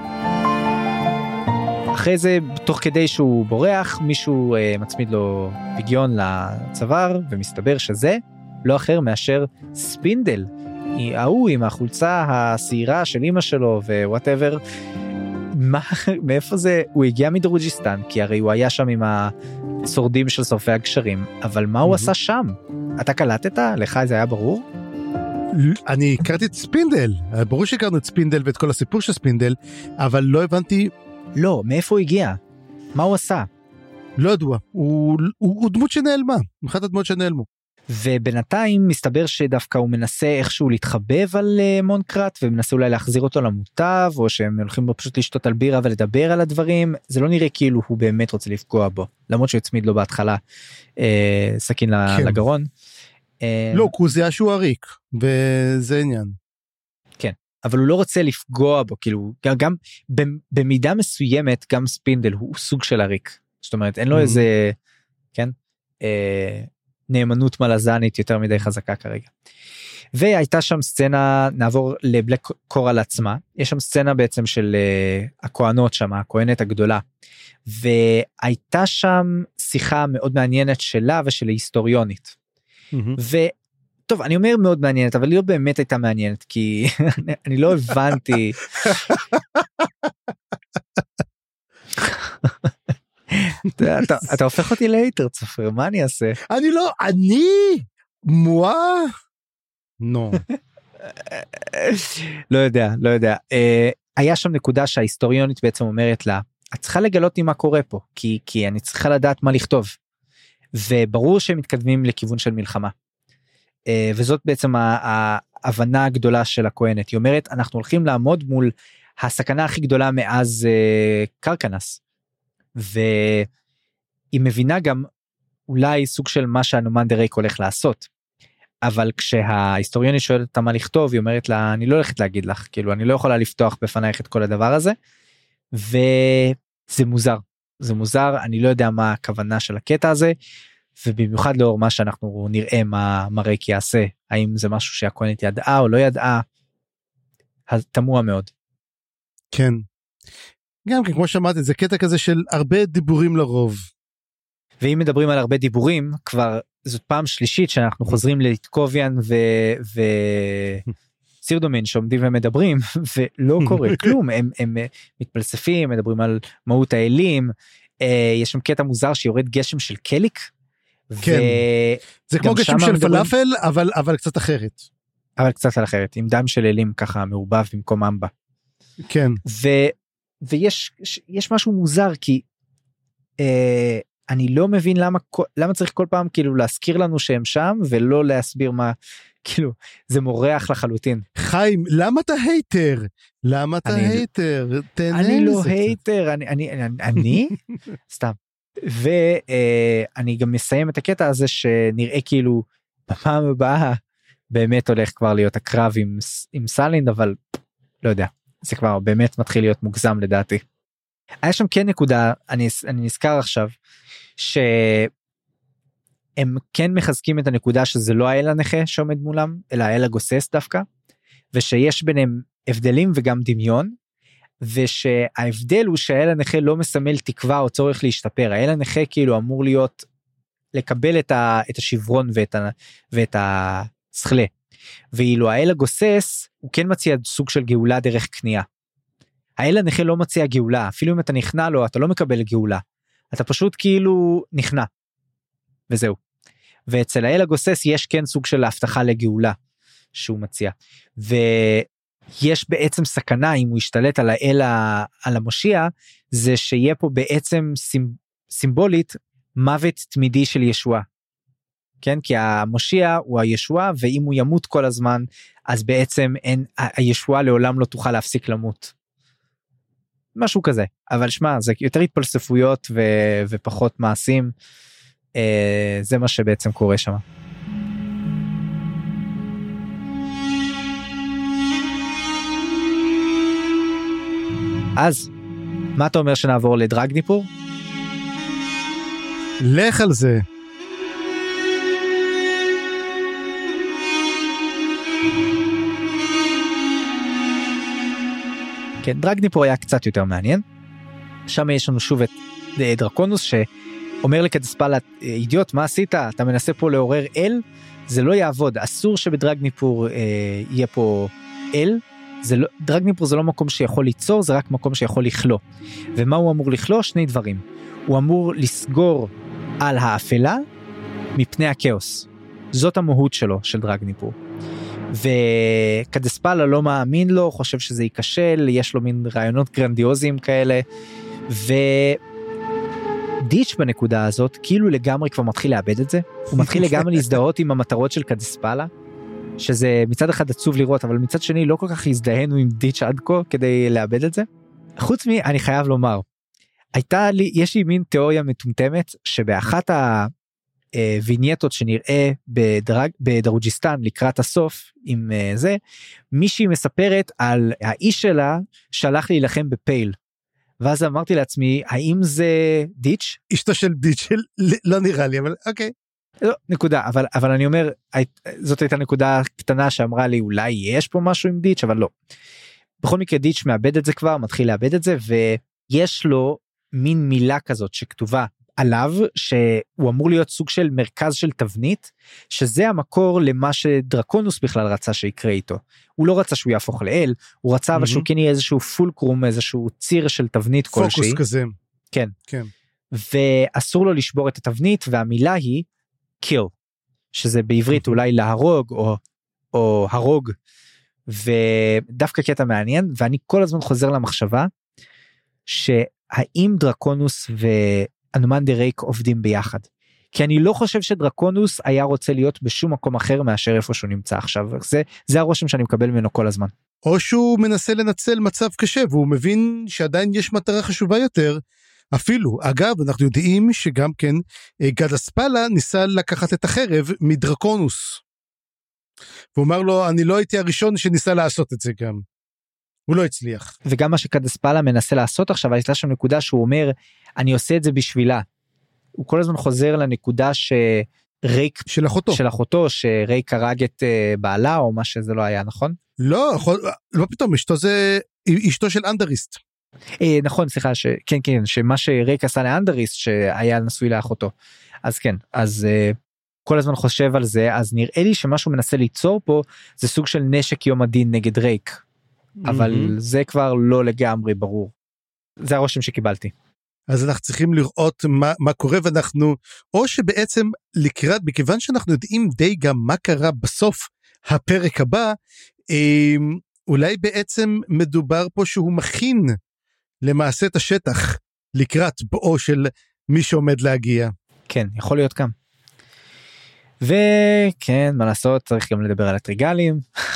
אחרי זה, תוך כדי שהוא בורח, מישהו אה, מצמיד לו פגיון לצוואר, ומסתבר שזה לא אחר מאשר ספינדל. ההוא עם החולצה הסעירה של אמא שלו, ווואטאבר, מה, מאיפה זה, הוא הגיע מדרוג'יסטן, כי הרי הוא היה שם עם השורדים של שורפי הגשרים, אבל מה הוא עשה שם? אתה קלטת? לך זה היה ברור? אני הכרתי את ספינדל, ברור שהכרנו את ספינדל ואת כל הסיפור של ספינדל, אבל לא הבנתי... לא, מאיפה הוא הגיע? מה הוא עשה? לא ידוע, הוא, הוא, הוא דמות שנעלמה, אחת הדמות שנעלמו. ובינתיים מסתבר שדווקא הוא מנסה איכשהו להתחבב על uh, מונקראט, ומנסה אולי להחזיר אותו למוטב, או שהם הולכים בו פשוט לשתות על בירה ולדבר על הדברים, זה לא נראה כאילו הוא באמת רוצה לפגוע בו, למרות שהוא הצמיד לו בהתחלה uh, סכין כן. לגרון. Uh, לא, הוא זיהה שהוא עריק, וזה עניין. כן, אבל הוא לא רוצה לפגוע בו, כאילו, גם, גם במידה מסוימת, גם ספינדל הוא סוג של עריק, זאת אומרת, אין לו mm-hmm. איזה, כן, uh, נאמנות מלזנית יותר מדי חזקה כרגע. והייתה שם סצנה, נעבור לבלק קורל עצמה, יש שם סצנה בעצם של uh, הכהנות שם, הכהנת הגדולה, והייתה שם שיחה מאוד מעניינת שלה ושל ההיסטוריונית. Mm-hmm. וטוב, אני אומר מאוד מעניינת, אבל היא לא באמת הייתה מעניינת, כי אני לא הבנתי... אתה, אתה, אתה הופך אותי להיטר צפר, מה אני אעשה? אני לא, אני, מואה, נו. לא יודע, לא יודע. Uh, היה שם נקודה שההיסטוריונית בעצם אומרת לה, את צריכה לגלות לי מה קורה פה, כי, כי אני צריכה לדעת מה לכתוב. וברור שהם מתקדמים לכיוון של מלחמה. Uh, וזאת בעצם ההבנה הגדולה של הכהנת. היא אומרת, אנחנו הולכים לעמוד מול הסכנה הכי גדולה מאז uh, קרקנס. והיא מבינה גם אולי סוג של מה שהנומן דרייק הולך לעשות, אבל כשההיסטוריונית שואלת אותה מה לכתוב, היא אומרת לה, אני לא הולכת להגיד לך, כאילו אני לא יכולה לפתוח בפנייך את כל הדבר הזה, וזה מוזר, זה מוזר, אני לא יודע מה הכוונה של הקטע הזה, ובמיוחד לאור מה שאנחנו נראה מה, מה רייק יעשה, האם זה משהו שהכהנת ידעה או לא ידעה, תמוה מאוד. כן. גם כן, כמו שאמרתי, זה קטע כזה של הרבה דיבורים לרוב. ואם מדברים על הרבה דיבורים, כבר זאת פעם שלישית שאנחנו חוזרים לטקוביאן וסירדומין שעומדים ומדברים, ולא קורה כלום, הם, הם מתפלספים, מדברים על מהות האלים, יש שם קטע מוזר שיורד גשם של קליק. כן, זה כמו גשם של פלאפל, אבל, אבל קצת אחרת. אבל קצת אחרת, עם דם של אלים ככה מעורבב במקום אמבה. כן. ו... ויש יש משהו מוזר, כי אה, אני לא מבין למה, למה צריך כל פעם כאילו להזכיר לנו שהם שם, ולא להסביר מה, כאילו, זה מורח לחלוטין. חיים, למה אתה הייטר? למה אתה אני, הייטר? אני לא הייטר, אני, אני, אני, אני? סתם. ואני גם מסיים את הקטע הזה, שנראה כאילו, בפעם הבאה, באמת הולך כבר להיות הקרב עם, עם סלינד, אבל לא יודע. זה כבר באמת מתחיל להיות מוגזם לדעתי. היה שם כן נקודה, אני, אני נזכר עכשיו, שהם כן מחזקים את הנקודה שזה לא האל הנכה שעומד מולם, אלא האל הגוסס דווקא, ושיש ביניהם הבדלים וגם דמיון, ושההבדל הוא שהאל הנכה לא מסמל תקווה או צורך להשתפר, האל הנכה כאילו אמור להיות, לקבל את, ה, את השברון ואת, ה, ואת השכלה, ואילו האל הגוסס הוא כן מציע סוג של גאולה דרך קנייה. האל הנכה לא מציע גאולה, אפילו אם אתה נכנע לו אתה לא מקבל גאולה, אתה פשוט כאילו נכנע, וזהו. ואצל האל הגוסס יש כן סוג של הבטחה לגאולה שהוא מציע, ויש בעצם סכנה אם הוא ישתלט על האל על המושיע, זה שיהיה פה בעצם סימבולית מוות תמידי של ישוע. כן, כי המושיע הוא הישוע, ואם הוא ימות כל הזמן, אז בעצם אין, הישוע לעולם לא תוכל להפסיק למות. משהו כזה, אבל שמה, זה יותר התפלספויות ו, ופחות מעשים, אה, זה מה שבעצם קורה שם. אז, מה אתה אומר שנעבור לדרגניפור? לך על זה. כן, דרגניפור היה קצת יותר מעניין. שם יש לנו שוב את דרקונוס שאומר לקדספל, אידיוט, מה עשית? אתה מנסה פה לעורר אל? זה לא יעבוד, אסור שבדרגניפור אה, יהיה פה אל, זה לא, דרגניפור זה לא מקום שיכול ליצור, זה רק מקום שיכול לכלוא. ומה הוא אמור לכלוא? שני דברים. הוא אמור לסגור על האפלה מפני הכאוס. זאת המהות שלו, של דרגניפור. וקדספלה לא מאמין לו, חושב שזה ייכשל, יש לו מין רעיונות גרנדיוזיים כאלה, ודיץ' בנקודה הזאת, כאילו לגמרי כבר מתחיל לאבד את זה, הוא מתחיל לגמרי להזדהות עם המטרות של קדספלה, שזה מצד אחד עצוב לראות, אבל מצד שני לא כל כך הזדהנו עם דיץ' עד כה, כדי לאבד את זה. חוץ מי, אני חייב לומר, הייתה לי, יש לי מין תיאוריה מטומטמת, שבאחת ה... וינייטות שנראה בדרג, בדרוג'יסטן לקראת הסוף עם זה, מישהי מספרת על האיש שלה שהלך להילחם בפייל, ואז אמרתי לעצמי, האם זה דיץ'? אשתו של דיץ' לא נראה לי, אבל אוקיי. לא, נקודה, אבל, אבל אני אומר, זאת הייתה נקודה קטנה שאמרה לי, אולי יש פה משהו עם דיץ', אבל לא. בכל מקרה דיץ' מאבד את זה כבר, מתחיל לאבד את זה, ויש לו מין מילה כזאת שכתובה, עליו שהוא אמור להיות סוג של מרכז של תבנית, שזה המקור למה שדרקונוס בכלל רצה שיקרה איתו. הוא לא רצה שהוא יהפוך לאל, הוא רצה אבל שהוא כן יהיה איזשהו פולקרום, איזשהו ציר של תבנית כלשהי. פוקוס כזה. כן. כן. ואסור לו לשבור את התבנית, והמילה היא kill, שזה בעברית אולי להרוג או, או הרוג, ודווקא קטע מעניין, ואני כל הזמן חוזר למחשבה, שהאם דרקונוס ו... אנומנדר ריק עובדים ביחד. כי אני לא חושב שדרקונוס היה רוצה להיות בשום מקום אחר מאשר איפה שהוא נמצא עכשיו. זה, זה הרושם שאני מקבל ממנו כל הזמן. או שהוא מנסה לנצל מצב קשה, והוא מבין שעדיין יש מטרה חשובה יותר. אפילו, אגב, אנחנו יודעים שגם כן, גדספלה ניסה לקחת את החרב מדרקונוס. והוא אמר לו, אני לא הייתי הראשון שניסה לעשות את זה גם. הוא לא הצליח. וגם מה שקדספלה מנסה לעשות עכשיו, הייתה שם נקודה שהוא אומר, אני עושה את זה בשבילה. הוא כל הזמן חוזר לנקודה שרייק, של אחותו, של אחותו שרייק הרג את uh, בעלה, או מה שזה לא היה, נכון? לא, לא פתאום, אשתו זה, אשתו של אנדריסט. אה, נכון, סליחה, ש, כן, כן, שמה שרייק עשה לאנדריסט, שהיה נשוי לאחותו. אז כן, אז uh, כל הזמן חושב על זה, אז נראה לי שמשהו מנסה ליצור פה, זה סוג של נשק יום הדין נגד רייק. אבל mm-hmm. זה כבר לא לגמרי ברור. זה הרושם שקיבלתי. אז אנחנו צריכים לראות מה, מה קורה, ואנחנו, או שבעצם לקראת, מכיוון שאנחנו יודעים די גם מה קרה בסוף הפרק הבא, אולי בעצם מדובר פה שהוא מכין למעשה את השטח, לקראת בואו של מי שעומד להגיע. כן, יכול להיות גם. וכן, מה לעשות, צריך גם לדבר על הטריגלים.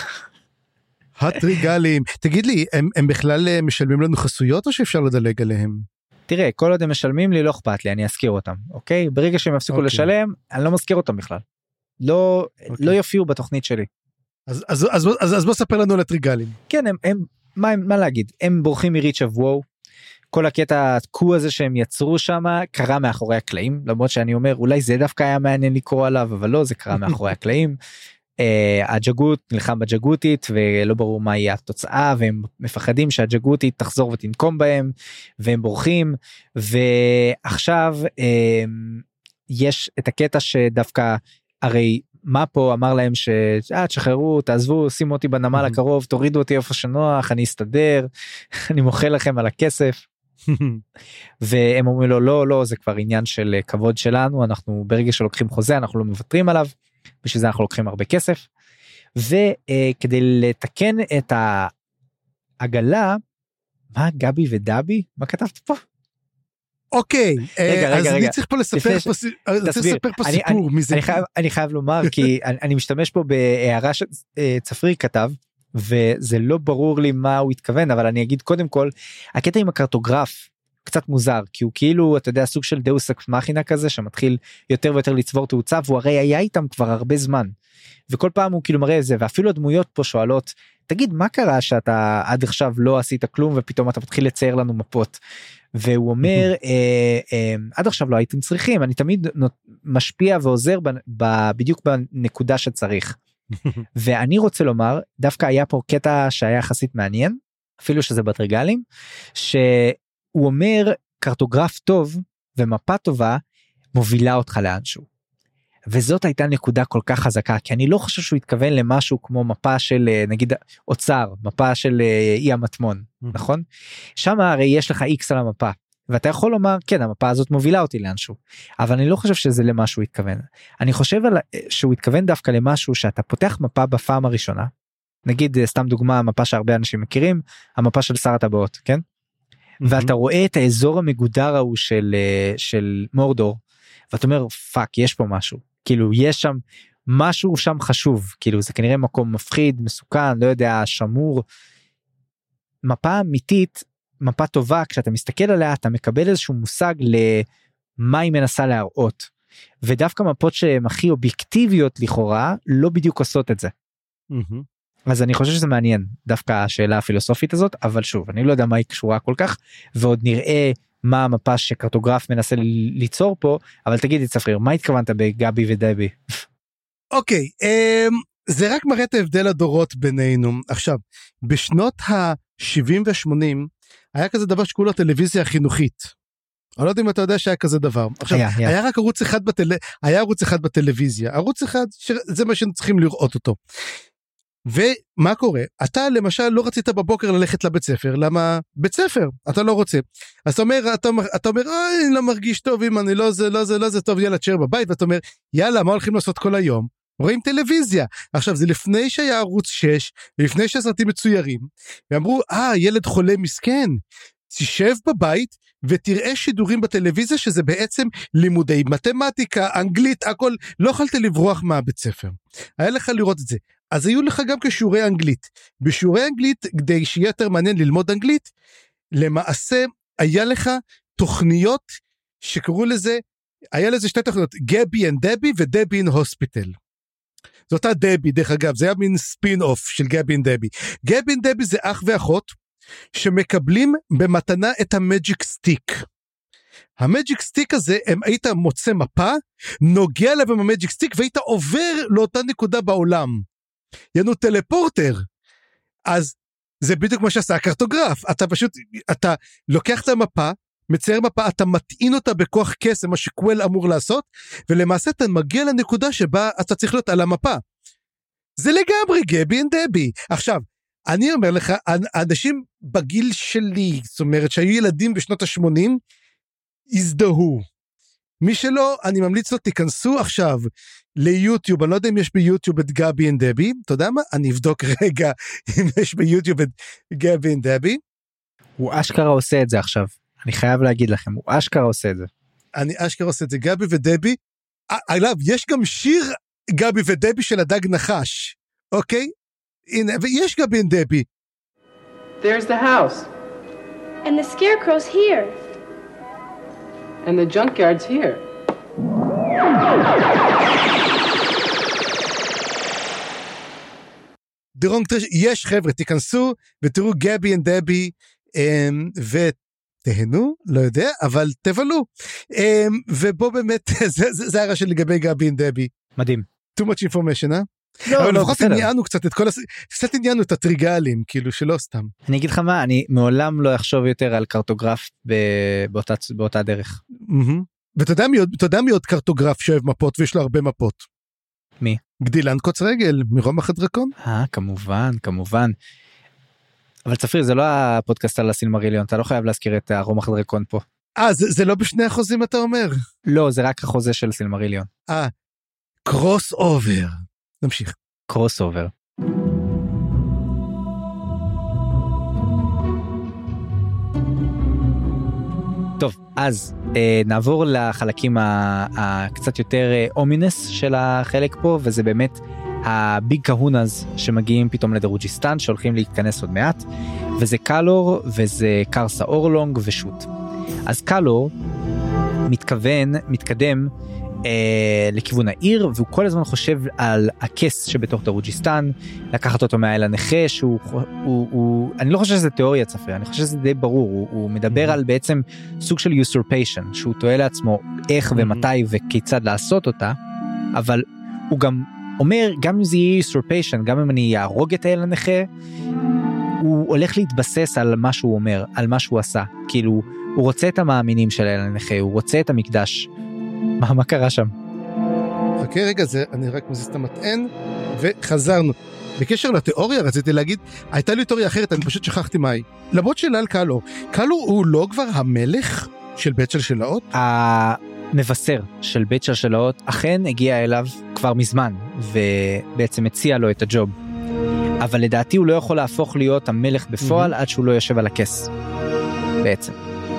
הטריגלים, תגיד לי, הם, הם בכלל משלמים לנו חסויות או שאפשר לדלג עליהם? תראה, כל עוד הם משלמים לי לא אכפת לי, אני אזכיר אותם, אוקיי? ברגע שהם יפסיקו okay. לשלם, אני לא מזכיר אותם בכלל. לא, okay. לא יופיעו בתוכנית שלי. אז, אז, אז, אז, אז בוא ספר לנו על הטריגלים. כן, הם, הם, מה, מה להגיד? הם בורחים מריץ' אב וואו, כל הקטע התקוע הזה שהם יצרו שם, קרה מאחורי הקלעים, למרות שאני אומר, אולי זה דווקא היה מעניין לקרוא עליו, אבל לא, זה קרה מאחורי הקלעים. Uh, הג'גות נלחם בג'גותית ולא ברור מה יהיה התוצאה, והם מפחדים שהג'גותית תחזור ותנקום בהם, והם בורחים, ועכשיו uh, יש את הקטע שדווקא הרי מה פה אמר להם שתשחררו, תעזבו, שימו אותי בנמל הקרוב, תורידו אותי איפה שנוח, אני אסתדר, אני מוחה לכם על הכסף. והם אומרים לו לא לא, זה כבר עניין של כבוד שלנו, אנחנו ברגע שלוקחים חוזה אנחנו לא מוותרים עליו, בשביל זה אנחנו לוקחים הרבה כסף, וכדי לתקן את העגלה, מה גבי ודבי? מה כתבת פה? אוקיי, אז אני צריך פה לספר פה סיפור. אני חייב לומר, כי אני משתמש פה בהערה שצפרי כתב, וזה לא ברור לי מה הוא התכוון, אבל אני אגיד קודם כל, הקטע עם הקרטוגרף, קצת מוזר, כי הוא כאילו, אתה יודע, סוג של דאוס אקס מכינה כזה, שמתחיל יותר ויותר לצבור תאוצה, והוא הרי היה איתם כבר הרבה זמן, וכל פעם הוא כאילו מראה את זה, ואפילו הדמויות פה שואלות, תגיד, מה קרה שאתה עד עכשיו לא עשית כלום, ופתאום אתה מתחיל לצייר לנו מפות, והוא אומר, אה, אה, עד עכשיו לא הייתם צריכים, אני תמיד משפיע ועוזר ב, ב, בדיוק בנקודה שצריך, ואני רוצה לומר, דווקא היה פה קטע שהיה יחסית מעניין, אפילו שזה בטריגלים, ש... הוא אומר, קרטוגרף טוב ומפה טובה מובילה אותך לאנשהו. וזאת הייתה נקודה כל כך חזקה, כי אני לא חושב שהוא התכוון למשהו כמו מפה של נגיד אוצר, מפה של אי המטמון, נכון? שם הרי יש לך איקס על המפה, ואתה יכול לומר, כן, המפה הזאת מובילה אותי לאנשהו, אבל אני לא חושב שזה למה שהוא התכוון. אני חושב שהוא התכוון דווקא למשהו שאתה פותח מפה בפעם הראשונה, נגיד סתם דוגמה, המפה שהרבה אנשים מכירים, המפה של שר הטבעות, כן? ואתה רואה את האזור המגודר ההוא של, של מורדור, ואתה אומר, פאק, יש פה משהו, כאילו, יש שם משהו שם חשוב, כאילו, זה כנראה מקום מפחיד, מסוכן, לא יודע, שמור, מפה אמיתית, מפה טובה, כשאתה מסתכל עליה, אתה מקבל איזשהו מושג למה היא מנסה להראות, ודווקא מפות שהן הכי אובייקטיביות לכאורה, לא בדיוק עושות את זה. אז אני חושב שזה מעניין, דווקא השאלה הפילוסופית הזאת, אבל שוב, אני לא יודע מה היא קשורה כל כך, ועוד נראה מה המפה שקרטוגרף מנסה ליצור פה, אבל תגידי צפריר, מה התכוונת בגבי ודבי? אוקיי, זה רק מראה את ההבדל הדורות בינינו. עכשיו, בשנות ה-שבעים ו-שמונים, היה כזה דבר שקוראים לו טלוויזיה החינוכית. אני לא יודע אם אתה יודע שהיה כזה דבר. עכשיו, היה, היה. היה רק ערוץ אחד, בטל... היה ערוץ אחד בטלוויזיה, ערוץ אחד, שזה מה שצריכים לראות אותו. ומה קורה? אתה למשל לא רצית בבוקר ללכת לבית ספר, למה בית ספר? אתה לא רוצה. אז אתה אומר, אתה, אתה אומר, אני לא מרגיש טוב אם אני לא זה, לא זה, לא זה, טוב, יאללה, תשאר בבית, ואתה אומר, יאללה, מה הולכים לעשות כל היום? רואים טלוויזיה. עכשיו, זה לפני שהיה ערוץ שש, לפני שהסרטים מצוירים, ואמרו, אה, ילד חולה מסכן, תשב בבית, ותראה שידורים בטלוויזיה, שזה בעצם לימודי מתמטיקה, אנגלית, הכל, לא יכולת לברוח מהבית ספר. היה לך לראות את זה. אז היו לך גם כשיעורי אנגלית. בשיעורי אנגלית, כדי שיהיה יותר מעניין ללמוד אנגלית, למעשה היה לך תוכניות שקראו לזה, היה לזה שתי תוכניות, גבי אנד דבי ודבי אין הוספיטל. זאת אותה דבי, דרך אגב, זה היה מין ספין אוף של גבי אנד דבי. גבי אנד דבי זה אח ואחות, שמקבלים במתנה את המג'יק סטיק. המג'יק סטיק הזה, הם היית מוצא מפה, נוגע לה במג'יק סטיק, והיית עובר לאותה נקודה בעולם. ינו טלפורטר. אז זה בדיוק מה שעשה הקרטוגרף. אתה פשוט, אתה לוקח את המפה, מצייר מפה, אתה מטעין אותה בכוח קסם, מה שקוול אמור לעשות, ולמעשה אתה מגיע לנקודה שבה אתה צריך להיות על המפה. זה לגמרי גבי אנד דבי. עכשיו, אני אומר לך, אנשים בגיל שלי, זאת אומרת שהיו ילדים בשנות ה-שמונים, הזדהו. מי שלא, אני ממליץ לו, תיכנסו עכשיו ליוטיוב, אני לא יודע אם יש ביוטיוב את גבי אנד דבי, אתה יודע מה? אני אבדוק רגע אם יש ביוטיוב את גבי אנד דבי. הוא אשכרה עושה את זה עכשיו, אני חייב להגיד לכם, הוא אשכרה עושה את זה. אני אשכרה עושה את זה, גבי ודבי, אגב, יש גם שיר גבי ודבי של הדג נחש, אוקיי? הנה, ויש גבי אנד דבי. There's the house. And the scarecrow's here. And the junkyard's here. דרונג טרש, יש חבר'ה, תיכנסו ותראו גבי אנד דבי, ותהנו, לא יודע, אבל תבלו. ובוא באמת, זה, זה, זה הרע של לגבי גבי אנד דבי. מדהים. too much information, אה? לא, אבל לא, לפחות עניינו קצת את כל, קצת עניינו את הטריגלים, כאילו שלא סתם. אני אגיד לך מה, אני מעולם לא אחשוב יותר על קרטוגרף באותה, באותה דרך. ואתה יודע מי עוד, אתה יודע מי עוד קרטוגרף שאוהב מפות ויש לו הרבה מפות? מי? גדילן קוץ רגל, מרומח הדרקון. אה, כמובן, כמובן. אבל צפיר, זה לא הפודקאסט על הסילמריליון, אתה לא חייב להזכיר את הרומח הדרקון פה. אה, זה, זה לא בשני החוזים אתה אומר? לא, זה רק החוזה של סילמריליון. אה, קרוס אובר. נמשיך. קרוס אובר. טוב, אז אה, נעבור לחלקים הקצת יותר אה, אומינס של החלק פה, וזה באמת הביג קהונז שמגיעים פתאום לדרוג'יסטן, שהולכים להתכנס עוד מעט, וזה קלור, וזה קרסה אורלונג ושוט. אז קלור מתכוון, מתקדם, אה, לכיוון העיר, והוא כל הזמן חושב על הכס שבתוך דרוג'יסטן, לקחת אותו מהאל הנכה, שהוא, הוא, הוא, אני לא חושב שזה תיאוריה צפיר, אני חושב שזה די ברור, הוא, הוא מדבר mm-hmm. על בעצם סוג של usurpation, שהוא תוהה לעצמו איך mm-hmm. ומתי וכיצד לעשות אותה, אבל הוא גם אומר, גם אם זה יהיה usurpation, גם אם אני אהרוג את האל הנכה, הוא הולך להתבסס על מה שהוא אומר, על מה שהוא עשה, כאילו, הוא רוצה את המאמינים של האל הנכה, הוא רוצה את המקדש, מה, מה קרה שם? חכה רגע, זה, אני רק מזיז את המטען, וחזרנו. בקשר לתיאוריה רציתי להגיד, הייתה לי תיאוריה אחרת, אני פשוט שכחתי מהי. למרות שאלה על קלו, קלו הוא לא כבר המלך של בית שלשלאות? המבשר של בית שלשלאות אכן הגיע אליו כבר מזמן, ובעצם הציע לו את הג'וב. אבל לדעתי הוא לא יכול להפוך להיות המלך בפועל עד שהוא לא יושב על הכס. בעצם.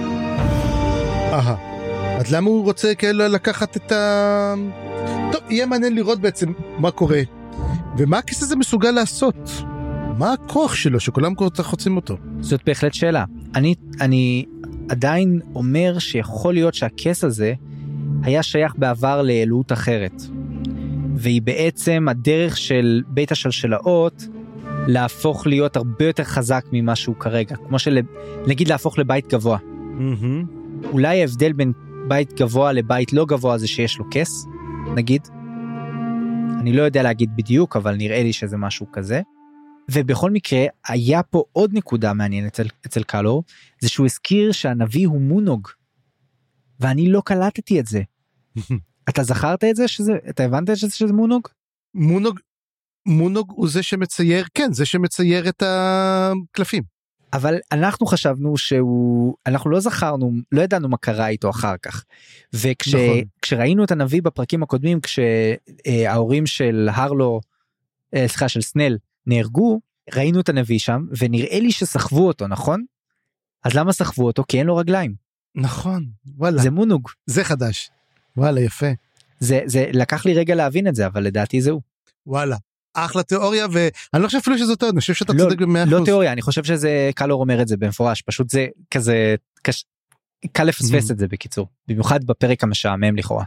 אהה. אז למה הוא רוצה כאילו לקחת את ה... טוב, יהיה מעניין לראות בעצם מה קורה. ומה הכס הזה מסוגל לעשות? מה הכוח שלו שכולם כל כך רוצים אותו? זאת בהחלט שאלה. אני, אני עדיין אומר שיכול להיות שהכס הזה היה שייך בעבר לאלוהות אחרת. והיא בעצם הדרך של בית השלשלאות להפוך להיות הרבה יותר חזק ממה שהוא כרגע. כמו שנגיד להפוך לבית גבוה. Mm-hmm. אולי ההבדל בין בית גבוה לבית לא גבוה זה שיש לו כס, נגיד. אני לא יודע להגיד בדיוק, אבל נראה לי שזה משהו כזה. ובכל מקרה, היה פה עוד נקודה מעניינת אצל, אצל קלור, זה שהוא הזכיר שהנביא הוא מונוג. ואני לא קלטתי את זה. אתה זכרת את זה? שזה, אתה הבנת את זה שזה מונוג? מונוג, מונוג הוא זה שמצייר, כן, זה שמצייר את הקלפים. אבל אנחנו חשבנו שהוא, אנחנו לא זכרנו, לא ידענו מה קרה איתו אחר כך. וכשראינו את הנביא בפרקים הקודמים, כשההורים של הרלו, סליחה, של סנל, נהרגו, ראינו את הנביא שם, ונראה לי שסחבו אותו, נכון? אז למה סחבו אותו? כי אין לו רגליים. נכון, וואלה. זה מונוג. זה חדש. וואלה, יפה. זה, זה לקח לי רגע להבין את זה, אבל לדעתי זהו. וואלה. אחלה תיאוריה, ואני לא חושב אפילו שזה טוב, אני חושב שאתה צודק במאה אחוז. לא תיאוריה, אני חושב שזה, קלור אומר את זה במפורש, פשוט זה כזה, קש, קל לפספס את זה בקיצור, במיוחד בפרק המשעמם לכאורה.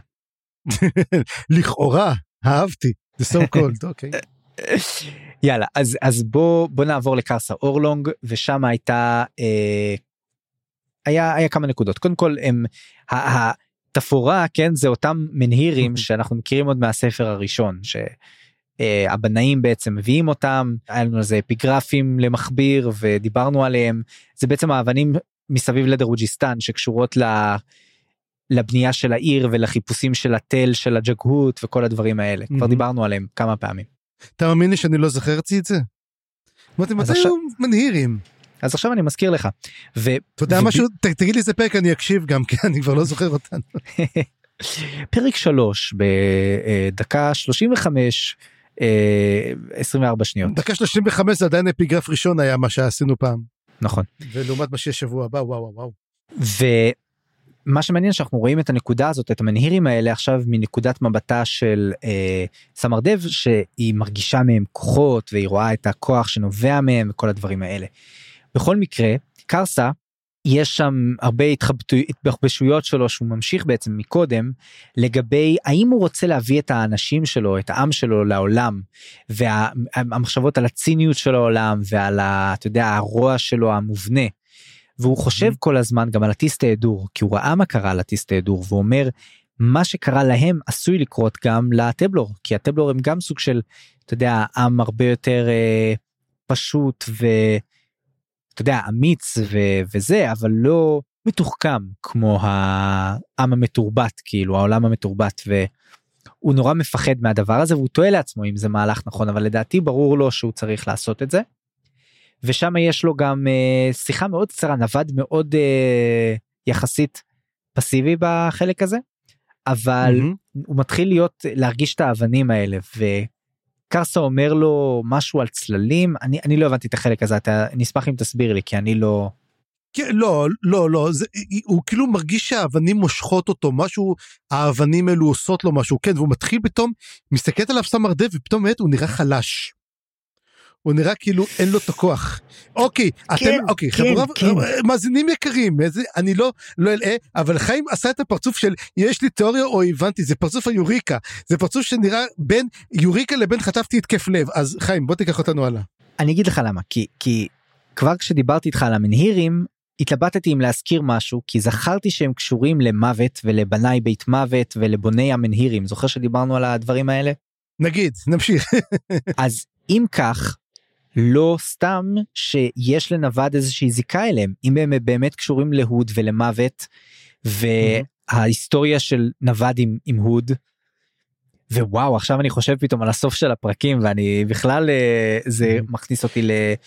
לכאורה, אהבתי, זה so cold, אוקיי. יאללה, אז, אז בוא, בוא נעבור לקרסה אורלונג, ושם הייתה, אה, היה, היה כמה נקודות, קודם כל, הם, התפורה, כן, זה אותם מנהירים, שאנחנו מכירים עוד מהספר הראשון, ש... הבנאים בעצם מביאים אותם, היה לנו איזה אפיגרפים למחביר ודיברנו עליהם, זה בעצם האבנים מסביב לדרוג'יסטן שקשורות לבנייה של העיר ולחיפושים של התל של הג'גהות וכל הדברים האלה, כבר דיברנו עליהם כמה פעמים. אתה מאמין לי שאני לא זכרתי את זה? אמרתי, מתי היו מנהירים? אז עכשיו אני מזכיר לך. אתה יודע משהו, תגיד לי איזה פרק אני אקשיב גם, כי אני כבר לא זוכר אותנו. פרק שלוש בדקה שלושים וחמש עשרים וארבע שניות. דקה שלושים וחמש זה עדיין אפיגרף ראשון היה מה שעשינו פעם. נכון. ולעומת מה שיש שבוע הבא, וואו וואו. ומה שמעניין שאנחנו רואים את הנקודה הזאת, את המנהירים האלה עכשיו מנקודת מבטה של אה, סמרדב, שהיא מרגישה מהם כוחות, והיא רואה את הכוח שנובע מהם וכל הדברים האלה. בכל מקרה, קרסה, יש שם הרבה התבחבשויות שלו שהוא ממשיך בעצם מקודם לגבי האם הוא רוצה להביא את האנשים שלו, את העם שלו לעולם, והמחשבות על הציניות של העולם ועל ה, אתה יודע, הרוע שלו המובנה, והוא חושב כל הזמן גם על הטיסט האדור, כי הוא ראה מה קרה על הטיסט האדור, והוא אומר מה שקרה להם עשוי לקרות גם לטבלור, כי הטבלור הם גם סוג של, אתה יודע, עם הרבה יותר אה, פשוט ו... אתה יודע, אמיץ ו- וזה, אבל לא מתוחכם כמו העם המתורבת, כאילו, העולם המתורבת, והוא נורא מפחד מהדבר הזה, והוא טועה לעצמו אם זה מהלך נכון, אבל לדעתי ברור לו שהוא צריך לעשות את זה, ושם יש לו גם uh, שיחה מאוד קצרה, נווד מאוד uh, יחסית פסיבי בחלק הזה, אבל mm-hmm. הוא מתחיל להיות, להרגיש את האבנים האלה, ו... קרסה אומר לו משהו על צללים, אני, אני לא הבנתי את החלק הזה, אתה נשמח אם תסביר לי, כי אני לא... כן, לא, לא, לא, זה, הוא כאילו מרגיש שהאבנים מושכות אותו, משהו, האבנים האלו עושות לו משהו, כן, והוא מתחיל פתאום, מסתכלת עליו סמרדב, ופתאום באמת הוא נראה חלש. הוא נראה כאילו אין לו את הכוח. אוקיי, כן, אתם, אוקיי, כן, חברה, כן. מאזינים יקרים, איזה, אני לא, לא אלאה, אבל חיים עשה את הפרצוף של, יש לי תיאוריה או הבנתי, זה פרצוף היוריקה, זה פרצוף שנראה בין יוריקה לבין חטפתי התקף לב, אז חיים, בוא תיקח אותנו הלאה. אני אגיד לך למה, כי, כי כבר כשדיברתי איתך על המנהירים, התלבטתי אם להזכיר משהו, כי זכרתי שהם קשורים למוות, ולבני בית מוות, ולבוני המנהירים, זוכר שדיברנו על הדברים האלה? נגיד, נמשיך. אז אם כך, לא סתם שיש לנווד איזושהי זיקה אליהם, אם הם באמת קשורים להוד ולמוות, וההיסטוריה של נווד עם, עם הוד, ווואו, עכשיו אני חושב פתאום על הסוף של הפרקים, ואני בכלל, זה מכניס אותי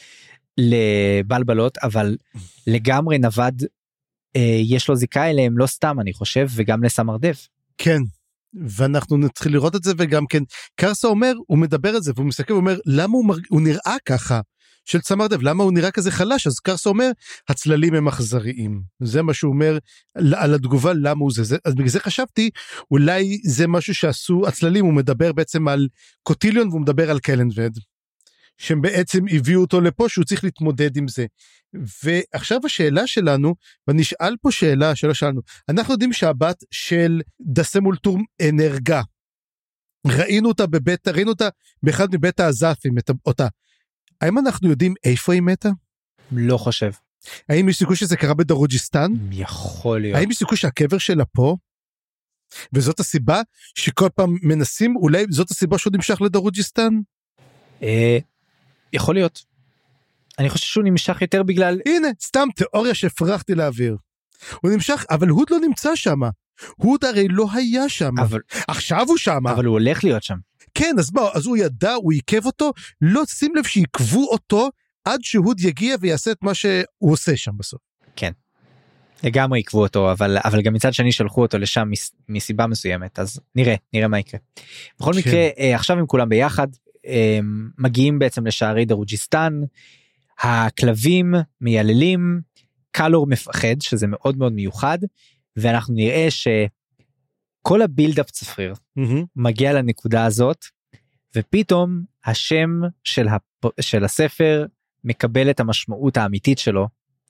לבלבלות, אבל לגמרי נווד, יש לו זיקה אליהם, לא סתם אני חושב, וגם לסמרדב. כן, ואנחנו נתחיל לראות את זה, וגם כן, קרסה אומר, הוא מדבר על זה, והוא מסתכל, הוא אומר, למה הוא, מרג... הוא נראה ככה, של סמרדב, למה הוא נראה כזה חלש? אז קרסה אומר, הצללים הם אכזריים. זה מה שהוא אומר על התגובה, למה הוא זה. אז בגלל זה חשבתי, אולי זה משהו שעשו הצללים, הוא מדבר בעצם על קוטיליון, והוא מדבר על קלנבד, שהם בעצם הביאו אותו לפה, שהוא צריך להתמודד עם זה. ועכשיו השאלה שלנו, ונשאל פה שאלה, שאלה שלנו, אנחנו יודעים שהבת של דסמולטור נהרגה, ראינו אותה בבית, ראינו אותה באחד מבית העזפים, אותה. האם אנחנו יודעים איפה היא מתה? לא חושב. האם יש סיכוי שזה קרה בדרוג'יסטן? יכול להיות. האם יש סיכוי שהקבר שלה פה? וזאת הסיבה שכל פעם מנסים, אולי זאת הסיבה שהוא נמשך לדרוג'יסטן? אה, יכול להיות. אני חושב שהוא נמשך יותר בגלל... הנה, סתם תיאוריה שהפרחתי לאוויר. הוא נמשך, אבל הוד לא נמצא שם. הוד הרי לא היה שם. אבל... עכשיו הוא שם. אבל הוא הולך להיות שם. כן, אז בוא, אז הוא ידע, הוא עיכב אותו, לא שים לב שיקבו אותו, עד שהוד יגיע ויעשה את מה שהוא עושה שם בסוף. כן. לגמרי עיכבו אותו, אבל, אבל גם מצד שני שלחו אותו לשם מס, מסיבה מסוימת, אז נראה, נראה מה יקרה. בכל כן. מקרה, עכשיו הם כולם ביחד, מגיעים בעצם לשערי דרוג'יסטן, הכלבים מייללים, קלור מפחד, שזה מאוד מאוד מיוחד, ואנחנו נראה שכל הבילדאפ צפריר mm-hmm. מגיע לנקודה הזאת, ופתאום השם של, הפ... של הספר מקבל את המשמעות האמיתית שלו,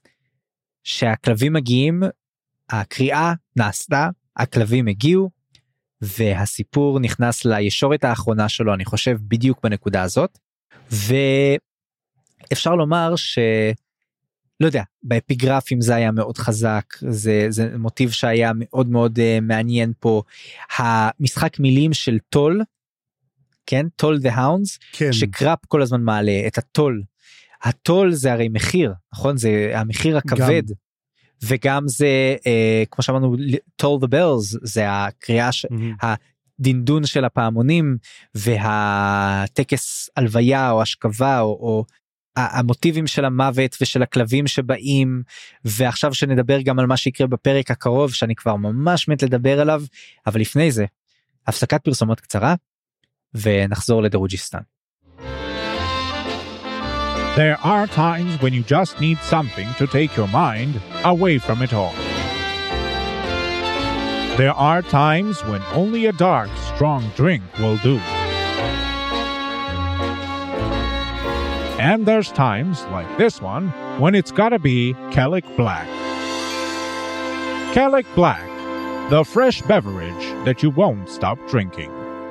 שהכלבים מגיעים, הקריאה נעשתה, הכלבים הגיעו, והסיפור נכנס לישורת האחרונה שלו, אני חושב בדיוק בנקודה הזאת, ואפשר לומר ש... לא יודע, באפיגרפים זה היה מאוד חזק, זה, זה מוטיב שהיה מאוד מאוד uh, מעניין פה, המשחק מילים של טול, כן, טול the hounds, כן. שקראפ כל הזמן מעלה את הטול, הטול זה הרי מחיר, נכון, זה המחיר הכבד, גם. וגם זה, uh, כמו שאמרנו, טול the bells, זה הקריאה, mm-hmm. הדינדון של הפעמונים, והטקס הלוויה או השכבה, או, או המוטיבים של המוות ושל הכלבים שבאים, ועכשיו שנדבר גם על מה שיקרה בפרק הקרוב, שאני כבר ממש מת לדבר עליו, אבל לפני זה, הפסקת פרסומות קצרה, ונחזור לדרוג'יסטן. There are times when you just need something to take your mind away from it all. There are times when only a dark, strong drink will do. And there's times, like this one, when it's gotta be Kellic Black. Kellic Black, the fresh beverage that you won't stop drinking.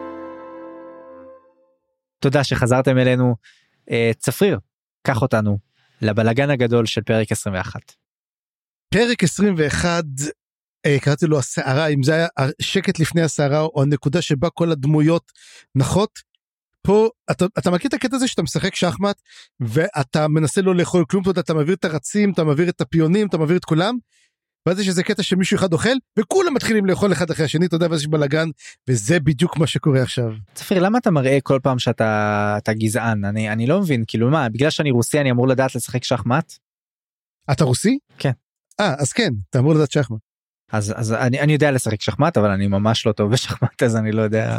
תודה שחזרתם אלינו. צפריר, קח אותנו לבלגן הגדול של פרק עשרים ואחת. פרק עשרים ואחת, קראתי לו הסערה, אם זה היה שקט לפני הסערה, או הנקודה שבה כל הדמויות נחות, פה, אתה, אתה מכיר את הקטע הזה שאתה משחק שחמט, ואתה מנסה לא לאכול כלום, אתה מעביר את הרצים, אתה מעביר את הפיונים, אתה מעביר את כולם, ואז יש איזה קטע שמישהו אחד אוכל, וכולם מתחילים לאכול אחד אחרי השני, אתה יודע, ואז יש בלגן, וזה בדיוק מה שקורה עכשיו. צפיר, למה אתה מראה כל פעם שאתה אתה גזען? אני, אני לא מבין, כאילו מה, בגלל שאני רוסי, אני אמור לדעת לשחק שחמט? אתה רוסי? כן. אה, אז כן, אתה אמור לדעת שחמט. אז, אז אני, אני יודע לשחק שחמט, אבל אני ממש לא טוב בשחמט, אז אני לא יודע.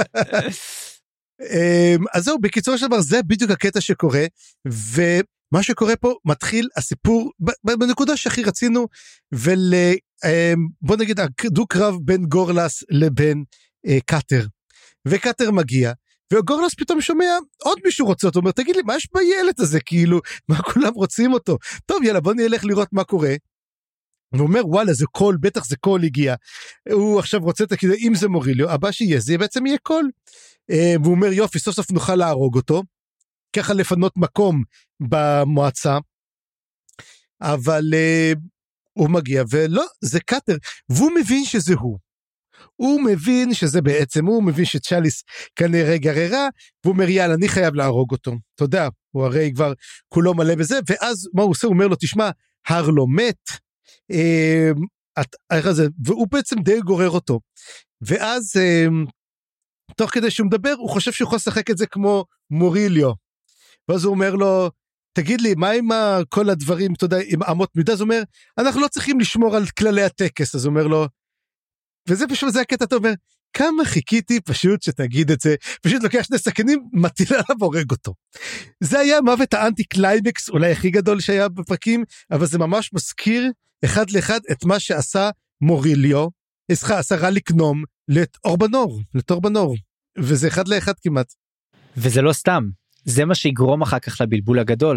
אז זהו, בקיצור של דבר, זה בדיוק הקטע שקורה, ומה שקורה פה מתחיל הסיפור, בנקודה שהכי רצינו, ובוא נגיד, הדו קרב בין גורלס לבין קאטר, וקאטר מגיע, וגורלס פתאום שומע, עוד מישהו רוצה אותו, אומר, תגיד לי, מה יש בילד הזה, כאילו, מה כולם רוצים אותו? טוב, יאללה, בוא נלך לראות מה קורה, והוא אומר, וואלה, זה קול, בטח זה קול הגיע, הוא עכשיו רוצה את הכדי, אם זה מוריליו, הבא שיהיה, זה בעצם יהיה קול, והוא אומר, יופי, סוף סוף נוכל להרוג אותו, ככה לפנות מקום במועצה, אבל הוא מגיע, ולא, זה קאטר, והוא מבין שזה הוא, הוא מבין שזה בעצם, הוא מבין שצ'אליס כנראה גררה, והוא אומר, יאללה, אני חייב להרוג אותו, אתה יודע, הוא הרי כבר כולו מלא בזה, ואז מה הוא עושה? הוא אומר לו, תשמע, הר לא מת, והוא בעצם די גורר אותו, ואז תוך כדי שהוא מדבר, הוא חושב שהוא יכול לשחק את זה כמו מוריליו. ואז הוא אומר לו, תגיד לי, מה עם כל הדברים, אתה יודע, עם אמות מידה? אז הוא אומר, אנחנו לא צריכים לשמור על כללי הטקס. אז הוא אומר לו, וזה פשוט, זה הקטע, אתה אומר, כמה חיכיתי פשוט שתגיד את זה, פשוט לוקח שני סכינים, מטיל עליו והורג אותו. זה היה מוות האנטי קליימקס, אולי הכי גדול שהיה בפרקים, אבל זה ממש מזכיר אחד לאחד את מה שעשה מוריליו, עשה, עשה רליק נום לאורבנור, לטורבנור, וזה אחד לאחד כמעט. וזה לא סתם, זה מה שיגרום אחר כך לבלבול הגדול,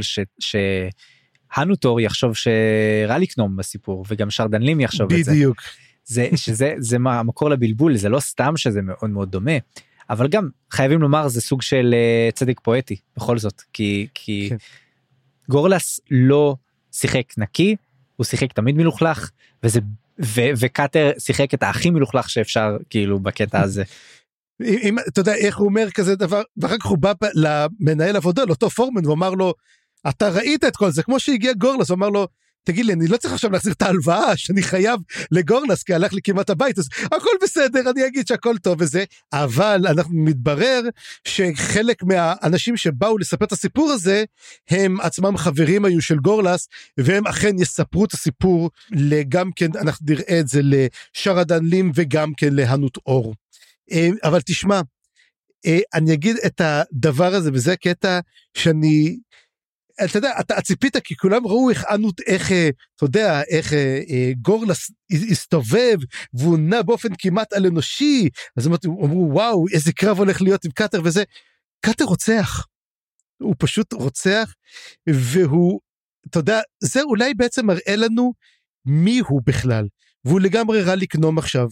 שהנוטור יחשוב שרליק נום בסיפור, וגם שרדנלים יחשוב את זה. בדיוק. זה, שזה, זה מה, המקור לבלבול, זה לא סתם שזה מאוד מאוד דומה, אבל גם חייבים לומר, זה סוג של uh, צדק פואטי, בכל זאת, כי, כי כן. גורלס לא שיחק נקי, הוא שיחק תמיד מלוכלך, וזה, ו, וקאטר שיחק את הכי מלוכלך שאפשר, כאילו, בקטע הזה. אם, אתה יודע, איך הוא אומר כזה דבר, ואחר כך הוא בא למנהל עבודה, לאותו פורמן, ואומר לו, אתה ראית את כל זה, כמו שהגיע גורלס, הוא אמר לו, תגיד לי, אני לא צריך עכשיו להחזיר את ההלוואה, שאני חייב לגורלס, כי הלך לי כמעט הבית, אז הכל בסדר, אני אגיד שהכל טוב וזה, אבל אנחנו מתברר, שחלק מהאנשים שבאו לספר את הסיפור הזה, הם עצמם חברים היו של גורלס, והם אכן יספרו את הסיפור, גם כן, אנחנו נראה את זה לשרדנלים, וגם כן להנות אור. אבל תשמע, אני אגיד את הדבר הזה, וזה קטע שאני, אתה יודע, אתה ציפית, כי כולם ראו איך אנות, איך, אתה יודע, איך גורלס הסתובב, והוא נע באופן כמעט על אנושי, אז אמרו, וואו, איזה קרב הולך להיות עם קאטר וזה, קאטר רוצח, הוא פשוט רוצח, והוא, אתה יודע, זה אולי בעצם מראה לנו מי הוא בכלל, והוא לגמרי רליק נום עכשיו.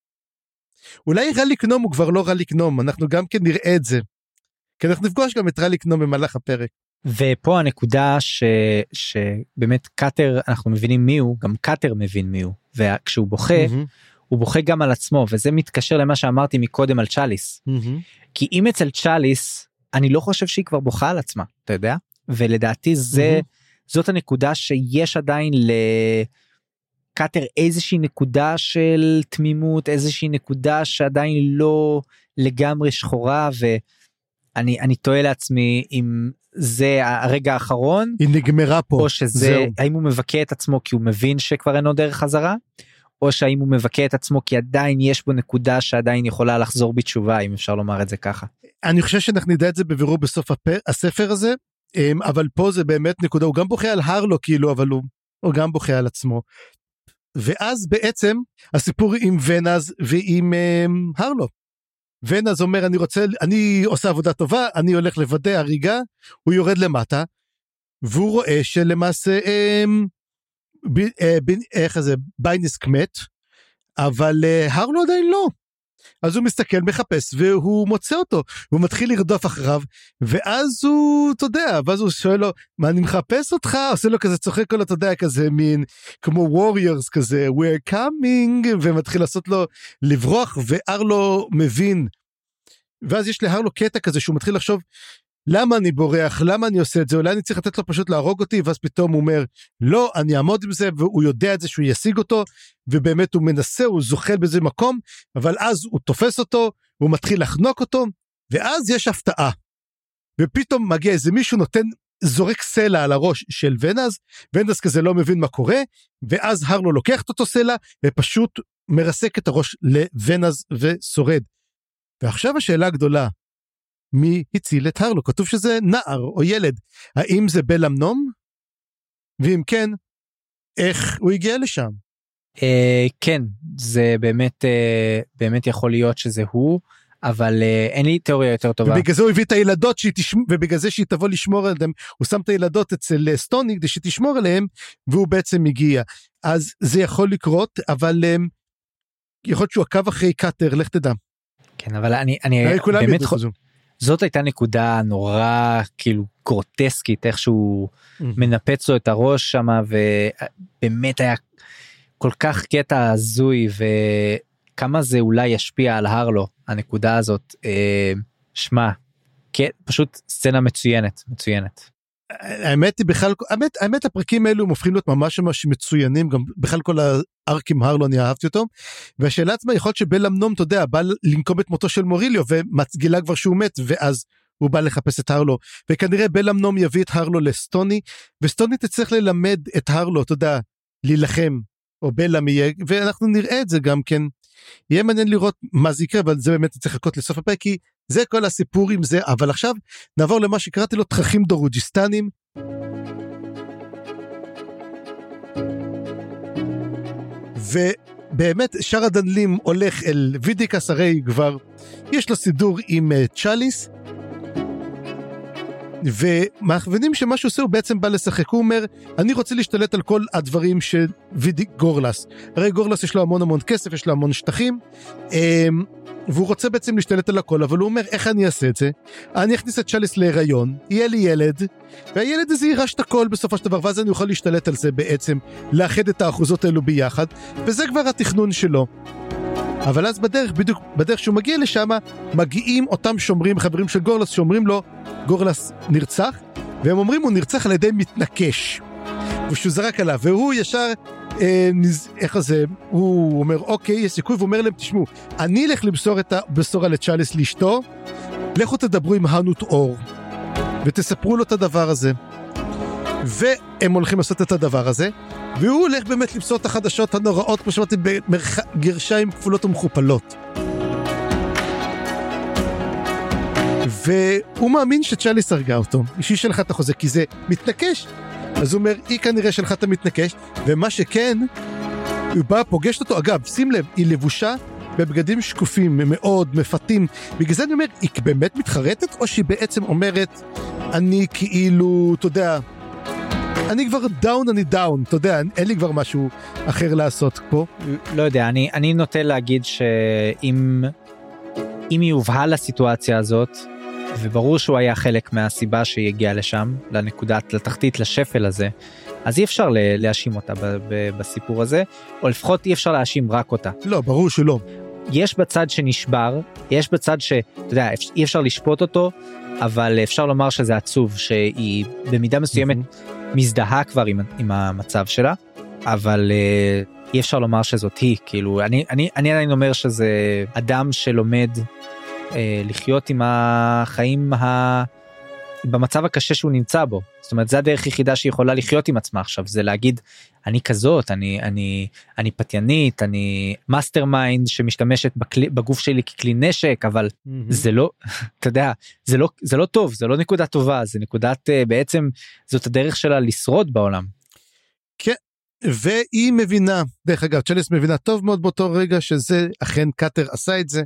אולי רליק נום הוא כבר לא רליק נום, אנחנו גם כן נראה את זה, כי אנחנו נפגוש גם את רליק נום במהלך הפרק. ופה הנקודה ש, שבאמת קאטר, אנחנו מבינים מי הוא, גם קאטר מבין מי הוא, וכשהוא בוכה, mm-hmm. הוא בוכה גם על עצמו, וזה מתקשר למה שאמרתי מקודם על צ'אליס, mm-hmm. כי אם אצל צ'אליס, אני לא חושב שהיא כבר בוכה על עצמה, אתה יודע? ולדעתי זה, mm-hmm. זאת הנקודה שיש עדיין לקאטר איזושהי נקודה של תמימות, איזושהי נקודה שעדיין לא לגמרי שחורה, ואני אני תוהה לעצמי אם זה הרגע האחרון, היא נגמרה פה, או שזה, זהו. האם הוא מבקה את עצמו כי הוא מבין שכבר אינו דרך חזרה, או שהאם הוא מבקה את עצמו כי עדיין יש בו נקודה שעדיין יכולה לחזור בתשובה, אם אפשר לומר את זה ככה. אני חושב שאנחנו נדע את זה בבירור בסוף הפ... הספר הזה, אבל פה זה באמת נקודה, הוא גם בוכה על הרלו כאילו, אבל הוא, הוא גם בוכה על עצמו, ואז בעצם הסיפור עם ונאז ועם um, הרלו, ונאז אומר, אני רוצה, אני עושה עבודה טובה, אני הולך לוודא הריגה, הוא יורד למטה, והוא רואה שלמעשה, ב, ב, איך זה, בייניסק מת, אבל הרלו עדיין לא. אז הוא מסתכל, מחפש, והוא מוצא אותו, הוא מתחיל לרדוף אחריו, ואז הוא, אתה יודע, ואז הוא שואל לו, מה אני מחפש אותך? עושה לו כזה, צוחק לו, אתה יודע, כזה מין, כמו warriors כזה, we're coming, ומתחיל לעשות לו לברוח, והרלו מבין, ואז יש להרלו קטע כזה, שהוא מתחיל לחשוב, למה אני בורח, למה אני עושה את זה, אולי אני צריך לתת לו פשוט להרוג אותי, ואז פתאום הוא אומר, לא, אני אעמוד עם זה, והוא יודע את זה שהוא ישיג אותו, ובאמת הוא מנסה, הוא זוחל בזה מקום, אבל אז הוא תופס אותו, הוא מתחיל לחנוק אותו, ואז יש הפתעה, ופתאום מגיע איזה מישהו נותן, זורק סלע על הראש של ונאז, ונאז כזה לא מבין מה קורה, ואז הרלו לוקח את אותו סלע, ופשוט מרסק את הראש לוונאז ושורד. ועכשיו השאלה הגדולה, מי הציל את הרלו? כתוב שזה נער או ילד, האם זה בלמנום? ואם כן, איך הוא הגיע לשם? Uh, כן, זה באמת, uh, באמת יכול להיות שזה הוא, אבל uh, אין לי תיאוריה יותר טובה. ובגלל זה הוא הביא את הילדות, תשמ... ובגלל זה שהיא תבוא לשמור עליהם, הוא שם את הילדות אצל סטוני, כדי שתשמור עליהם, והוא בעצם הגיע. אז זה יכול לקרות, אבל um, יכול להיות שהוא עקב אחרי קאטר, לך תדע. כן, אבל אני, אני באמת, זאת הייתה נקודה נורא, כאילו, גרוטסקית, איכשהו mm-hmm. מנפץ לו את הראש שם, ובאמת היה כל כך קטע הזוי, וכמה זה אולי ישפיע על הרלו, הנקודה הזאת, אה, שמה, כן, פשוט סצנה מצוינת, מצוינת. האמת היא בכלל, האמת, האמת הפרקים האלו הם הופכים להיות ממש ממש מצוינים, גם בכלל כל הארק עם הרלו אני אהבתי אותו, והשאלה עצמה יכול להיות שבלמנום, אתה יודע, בא לנקום את מותו של מוריליו, וגילה כבר שהוא מת, ואז הוא בא לחפש את הרלו, וכנראה בלמנום יביא את הרלו לסטוני, וסטוני תצטרך ללמד את הרלו, אתה יודע, להילחם, או בלם יהיה, ואנחנו נראה את זה גם כן, יהיה מעניין לראות מה זה יקרה, אבל זה באמת צריך לחכות לסוף הפרק, כי זה כל הסיפור עם זה, אבל עכשיו נעבור למה שקראתי לו תככים דרוג'יסטנים, ובאמת שרדנלים הולך אל וידיקס, הרי כבר יש לו סידור עם uh, צ'אליס, ומכוונים שמה שהוא עושה הוא בעצם בא לשחק, הוא אומר אני רוצה להשתלט על כל הדברים של וידיק גורלס, הרי גורלס יש לו המון המון כסף, יש לו המון שטחים, והוא רוצה בעצם להשתלט על הכל, אבל הוא אומר איך אני אעשה את זה, אני אכניס את צ'אליס להיריון, יהיה לי ילד, והילד הזה יירש את הכל בסופו של דבר, ואז אני אוכל להשתלט על זה בעצם, לאחד את האחוזות האלו ביחד, וזה כבר התכנון שלו. אבל אז בדרך, בדיוק בדרך שהוא מגיע לשם, מגיעים אותם שומרים, חברים של גורלס, שאומרים לו, גורלס נרצח, והם אומרים הוא נרצח על ידי מתנקש, ושהוא זרק עליו, והוא ישר, אה, נז... איך זה, הוא אומר, אוקיי, יש סיכוי, ואומר להם, תשמעו, אני אלך למסור את הבשורה לצ'אליס לאשתו, לכו תדברו עם הנוט אור, ותספרו לו את הדבר הזה, והם הולכים לעשות את הדבר הזה, והוא הולך באמת למסור את החדשות הנוראות, כמו שאמרתי, בגרשיים כפולות ומכופלות. והוא מאמין שצ'אליס הרגה אותו, שהיא שלחה את החוזה, כי זה מתנקש. אז הוא אומר, היא כנראה שלחה את המתנקש, ומה שכן, הוא בא, פוגשת אותו, אגב, שים לב, היא לבושה בבגדים שקופים, מאוד מפתים, בגלל זה אני אומר, היא באמת מתחרטת, או שהיא בעצם אומרת, אני כאילו, אתה יודע, אני כבר דאון, אני דאון, אתה יודע, אין לי כבר משהו אחר לעשות פה. לא יודע, אני, אני נוטה להגיד שאם אם היא הובהה לסיטואציה הזאת, וברור שהוא היה חלק מהסיבה שהיא הגיעה לשם, לנקודת, לתחתית, לשפל הזה, אז אי אפשר להאשים אותה ב- ב- בסיפור הזה, או לפחות אי אפשר להאשים רק אותה. לא, ברור שלא. יש בצד שנשבר, יש בצד ש, אתה יודע, אי אפשר לשפוט אותו, אבל אפשר לומר שזה עצוב, שהיא במידה מסוימת מזדהה כבר עם, עם המצב שלה, אבל אי אפשר לומר שזאת היא, כאילו, אני, אני, אני עדיין אומר שזה אדם שלומד אה, לחיות עם החיים ה... במצב הקשה שהוא נמצא בו. זאת אומרת, זה הדרך היחידה שיכולה לחיות עם עצמה עכשיו, זה להגיד, אני כזאת, אני, אני, אני פתיינית, אני מאסטר מיינד שמשתמשת בכלי, בגוף שלי ככלי נשק, אבל mm-hmm. זה לא, אתה יודע, זה לא, זה לא טוב, זה לא נקודה טובה, זה נקודת, בעצם, זאת הדרך שלה לשרוד בעולם. כן, והיא מבינה, דרך אגב, צ'אליס מבינה טוב מאוד באותו רגע, שזה אכן קאטר עשה את זה,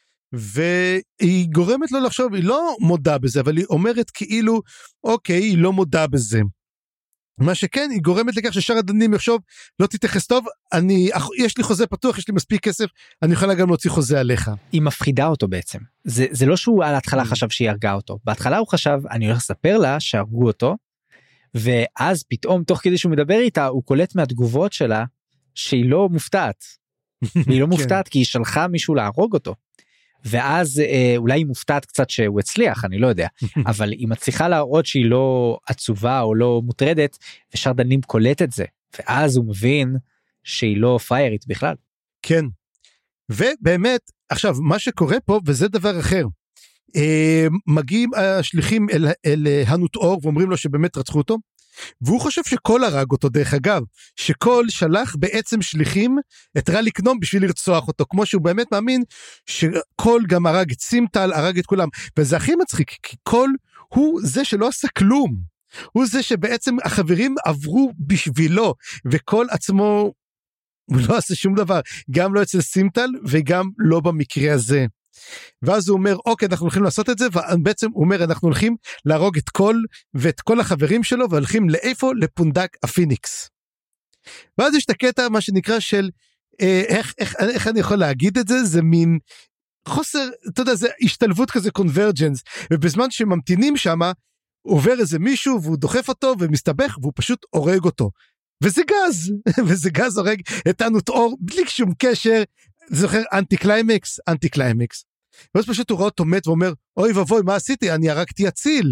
והיא גורמת לו לחשוב, היא לא מודה בזה, אבל היא אומרת כאילו, אוקיי, היא לא מודה בזה. מה שכן, היא גורמת לכך ששאר הדנים יחשוב, לא תתייחס טוב, אני, יש לי חוזה פתוח, יש לי מספיק כסף, אני יכולה גם להוציא חוזה עליך. היא מפחידה אותו בעצם. זה, זה לא שהוא על ההתחלה חשב שהיא הרגה אותו. בהתחלה הוא חשב, אני הולך לספר לה שהרגו אותו, ואז פתאום, תוך כדי שהוא מדבר איתה, הוא קולט מהתגובות שלה, שהיא לא מופתעת. והיא לא מופתעת, כי היא שלחה מישהו להרוג אותו. ואז אה, אולי היא מופתעת קצת שהוא הצליח, אני לא יודע, אבל היא מצליחה להראות שהיא לא עצובה או לא מוטרדת, ושרדנים קולט את זה, ואז הוא מבין שהיא לא פריירית בכלל. כן, ובאמת, עכשיו, מה שקורה פה, וזה דבר אחר, אה, מגיעים השליחים אל, אל הנוט אור, ואומרים לו שבאמת רצחו אותו, והוא חושב שכל הרג אותו, דרך אגב, שכל שלח בעצם שליחים את רע לקנום בשביל לרצוח אותו, כמו שהוא באמת מאמין שכל גם הרג את סימטל, הרג את כולם, וזה הכי מצחיק, כי כל הוא זה שלא עשה כלום, הוא זה שבעצם החברים עברו בשבילו, וכל עצמו הוא לא עשה שום דבר, גם לא אצל סימטל, וגם לא במקרה הזה. ואז הוא אומר, אוקיי, אנחנו הולכים לעשות את זה, ובעצם הוא אומר, אנחנו הולכים להרוג את כל, ואת כל החברים שלו, והולכים לאיפה? לפונדק הפיניקס. ואז יש את הקטע, מה שנקרא של, אה, איך, איך, איך אני יכול להגיד את זה? זה מין חוסר, אתה יודע, זה השתלבות כזה, קונברג'נס, ובזמן שממתינים שם, עובר איזה מישהו, והוא דוחף אותו, ומסתבך, והוא פשוט הורג אותו. וזה גז, וזה גז הורג את הנוט אור, בלי שום קשר, זוכר אנטי קליימקס, אנטי קליימקס. ואז פשוט הוא רואה אותו מת ואומר, אוי ובוי, מה עשיתי? אני הרגתי אציל.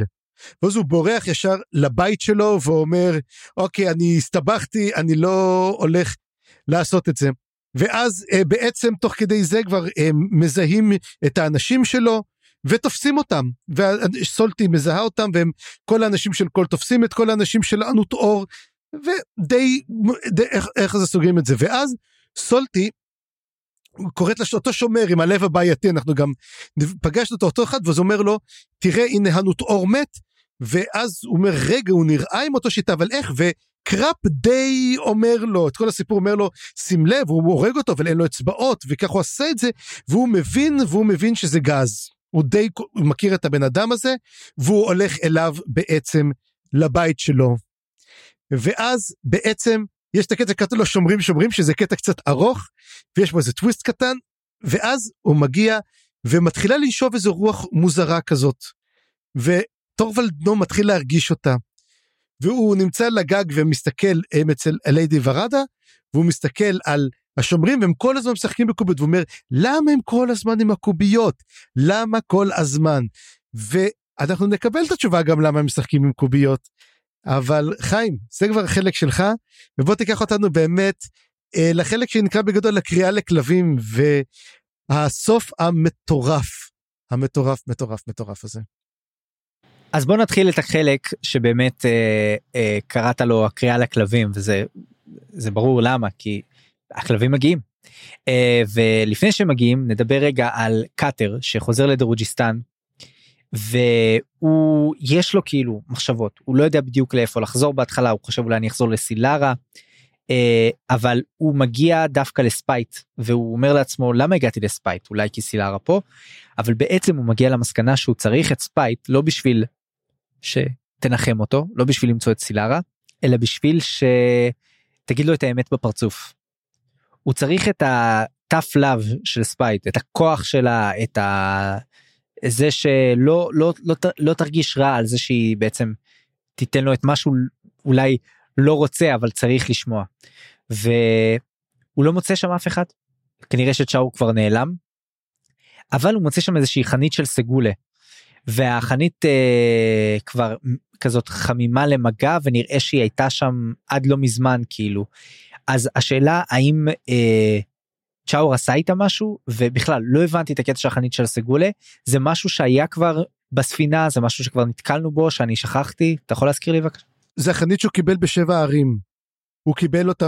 ואז הוא בורח ישר לבית שלו, ואומר, אוקיי, אני הסתבכתי, אני לא הולך לעשות את זה. ואז בעצם תוך כדי זה כבר מזהים את האנשים שלו, ותופסים אותם, וסולטי מזהה אותם, והם כל האנשים של כל תופסים את כל האנשים של ענות אור, ודי, די, איך, איך זה סוגרים את זה, ואז סולטי, קוראת לאותו שומר עם הלב הבעייתי, אנחנו גם פגשנו אותו אותו אחד, ואז אומר לו, תראה הנה ענות אור מת, ואז הוא אומר, רגע, הוא נראה עם אותו שיטה, אבל איך, וקראפ די אומר לו, את כל הסיפור אומר לו, שים לב, הוא הורג אותו, אבל אין לו אצבעות, וכך הוא עשה את זה, והוא מבין, והוא מבין שזה גז, הוא די הוא מכיר את הבן אדם הזה, והוא הולך אליו בעצם לבית שלו, ואז בעצם יש את הקטע כתוב לו שומרים שומרים, שזה קטע קצת ארוך, ויש בו איזה טוויסט קטן, ואז הוא מגיע, ומתחילה לנשוב איזו רוח מוזרה כזאת, וטורוולד מתחיל להרגיש אותה, והוא נמצא לגג ומסתכל אצל ליידי ורדה, והוא מסתכל על השומרים, והם כל הזמן משחקים בקוביות, והוא אומר, למה הם כל הזמן עם הקוביות? למה כל הזמן? ואנחנו נקבל את התשובה גם למה הם משחקים עם קוביות, אבל חיים, זה כבר החלק שלך, ובוא תיקח אותנו באמת אה, לחלק שנקרא בגדול לקריאה לכלבים, והסוף המטורף, המטורף, מטורף, מטורף הזה. אז בוא נתחיל את החלק שבאמת אה, אה, קראת לו הקריאה לכלבים, וזה זה ברור למה, כי הכלבים מגיעים. אה, ולפני שמגיעים, נדבר רגע על קאטר, שחוזר לדרוג'יסטן, והוא, יש לו כאילו מחשבות, הוא לא יודע בדיוק לאיפה לחזור בהתחלה, הוא חושב אולי אני אחזור לסילרה, אבל הוא מגיע דווקא לספייט, והוא אומר לעצמו, למה הגעתי לספייט? אולי כי סילרה פה, אבל בעצם הוא מגיע למסקנה שהוא צריך את ספייט, לא בשביל שתנחם אותו, לא בשביל למצוא את סילרה, אלא בשביל שתגיד לו את האמת בפרצוף. הוא צריך את ה-tough love של ספייט, את הכוח שלה, את ה... זה שלא לא, לא, לא תרגיש רע על זה שהיא בעצם תיתן לו את משהו אולי לא רוצה, אבל צריך לשמוע. והוא לא מוצא שם אף אחד. כנראה שצ'או כבר נעלם. אבל הוא מוצא שם איזושהי חנית של סגולה. והחנית אה, כבר כזאת חמימה למגע, ונראה שהיא הייתה שם עד לא מזמן כאילו. אז השאלה האם... אה, צ'אור עשה איתה משהו, ובכלל לא הבנתי את הקטע של החנית של הסגולה, זה משהו שהיה כבר בספינה, זה משהו שכבר נתקלנו בו, שאני שכחתי, אתה יכול להזכיר לי בבקשה? זה החנית שהוא קיבל בשבע הערים, הוא קיבל אותה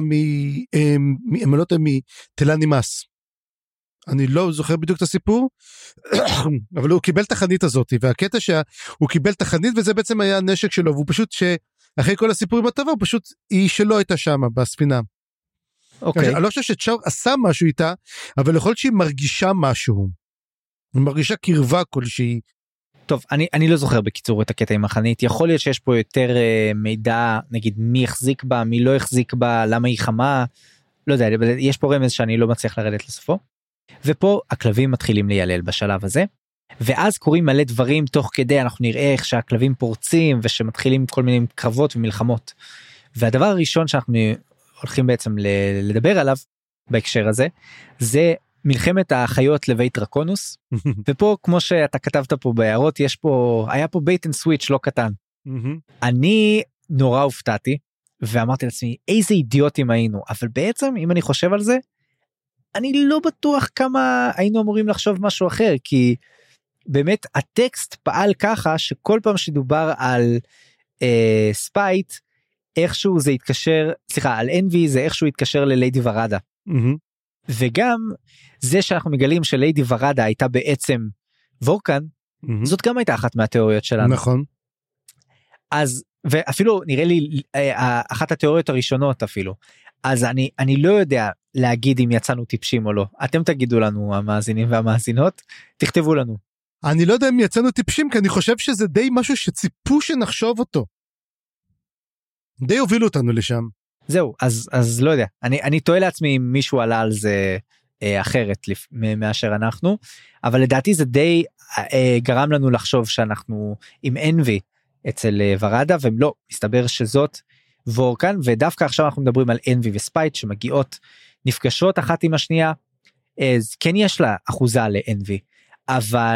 מתלנימאס, אני לא זוכר בדיוק את הסיפור, אבל הוא קיבל את החנית הזאת, והקטע שהוא קיבל את החנית, וזה בעצם היה הנשק שלו, והוא פשוט שאחרי כל הסיפורים הטובה, הוא פשוט, היא שלא הייתה שם בספינה. אוקיי. אני לא חושב שצ'אור עשה משהו איתה, אבל יכול להיות שהיא מרגישה משהו. היא מרגישה קרבה כלשהי. טוב, אני, אני לא זוכר בקיצור את הקטע עם החנית, יכול להיות שיש פה יותר uh, מידע, נגיד מי החזיק בה, מי לא החזיק בה, למה היא חמה, לא יודע, יש פה רמז שאני לא מצליח לרדת לסופו, ופה הכלבים מתחילים להילל בשלב הזה, ואז קוראים מלא דברים תוך כדי, אנחנו נראה איך שהכלבים פורצים, ושמתחילים כל מיני קרבות ומלחמות, והדבר הראשון שאנחנו הולכים בעצם לדבר עליו בהקשר הזה, זה מלחמת החיות לבית דרקונוס, ופה כמו שאתה כתבת פה בהערות, יש פה, היה פה בייט אנד סוויץ' לא קטן. אני נורא הופתעתי, ואמרתי לעצמי, איזה אידיוטים היינו, אבל בעצם אם אני חושב על זה, אני לא בטוח כמה היינו אמורים לחשוב משהו אחר, כי באמת הטקסט פעל ככה, שכל פעם שדובר על אה, ספייט, איכשהו זה התקשר, סליחה, על אנבי זה איכשהו התקשר לליידי ורדה. Mm-hmm. וגם זה שאנחנו מגלים שליידי ורדה הייתה בעצם וורקן, mm-hmm. זאת גם הייתה אחת מהתיאוריות שלנו. נכון. אז, ואפילו נראה לי אחת התיאוריות הראשונות אפילו, אז אני, אני לא יודע להגיד אם יצאנו טיפשים או לא. אתם תגידו לנו, המאזינים והמאזינות, תכתבו לנו. אני לא יודע אם יצאנו טיפשים, כי אני חושב שזה די משהו שציפו שנחשוב אותו. די הובילו אותנו לשם. זהו, אז, אז לא יודע, אני, אני תוהה לעצמי אם מישהו עלה על זה אה, אחרת לפ, מאשר אנחנו, אבל לדעתי זה די אה, גרם לנו לחשוב שאנחנו עם אנבי אצל אה, ורדה, והם לא, מסתבר שזאת וורקן, ודווקא עכשיו אנחנו מדברים על אנבי וספייט, שמגיעות, נפגשות אחת עם השנייה, אז כן יש לה אחוזה לאנבי, אבל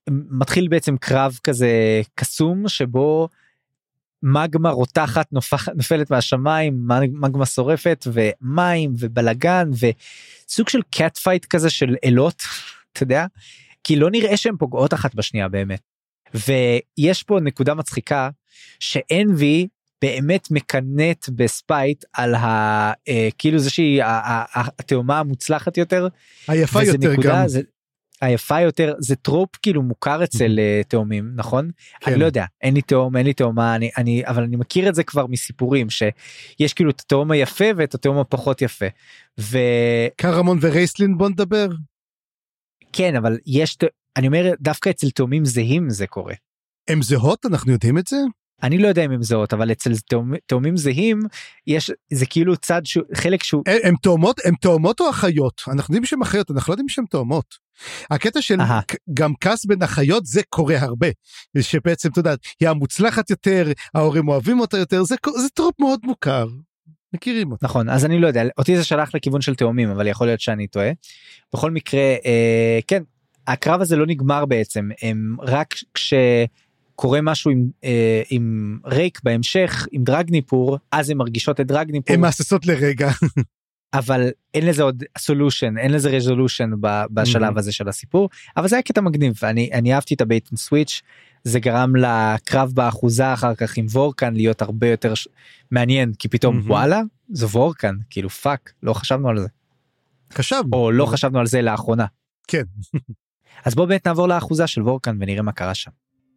מתחיל בעצם קרב כזה קסום שבו מגמה רותחת נופלת מהשמיים, מגמה שורפת ומים ובלגן וסוג של קאט פייט כזה של אלות, אתה יודע, כי לא נראה שהן פוגעות אחת בשנייה באמת. ויש פה נקודה מצחיקה שאנבי באמת מקנט בספייט על ה, כאילו זה שהיא התאומה המוצלחת יותר, היפה יותר גם. זה, היפה יותר, זה טרופ כאילו מוכר אצל תאומים, נכון? כן. אני לא יודע, אין לי תאום, אין לי תאומה, אני, אני, אבל אני מכיר את זה כבר מסיפורים, שיש כאילו את התאום היפה ואת התאום הפחות יפה. ו... קרמון ורייסלין בוא נדבר. כן, אבל יש, אני אומר, דווקא אצל תאומים זהים זה קורה. הם זהות, אנחנו יודעים את זה? אני לא יודע אם הם זהות, אבל אצל תאומים זהים, יש, זה כאילו צד, שהוא, חלק שהוא... הם תאומות, הם תאומות או אחיות? אנחנו יודעים שהם אחיות, אנחנו לא יודעים שהם תאומות. הקטע של גם כעס בין אחיות, זה קורה הרבה. שבעצם, אתה יודע, היא המוצלחת יותר, ההורים אוהבים אותה יותר, זה, זה טרופ מאוד מוכר. מכירים אותה. נכון, אז אני לא יודע, אותי זה שלח לכיוון של תאומים, אבל יכול להיות שאני טועה. בכל מקרה, אה, כן, הקרב הזה לא נגמר בעצם, הם רק כש... קורה משהו עם, אה, עם ריק בהמשך, עם דרגניפור, אז הן מרגישות את דרגניפור. הן מעששות לרגע. אבל אין לזה עוד סולושן, אין לזה רזולושן בשלב הזה של הסיפור, אבל זה היה קטע מגניב, אני, אני אהבתי את הבייט אנד סוויץ', זה גרם לקרב באחוזה אחר כך עם וורקן להיות הרבה יותר ש... מעניין, כי פתאום וואלה, זה וורקן, כאילו פאק, לא חשבנו על זה. חשבנו. או לא חשבנו על זה לאחרונה. כן. אז בואו באמת נעבור לאחוזה של וורקן ונראה מה קרה שם.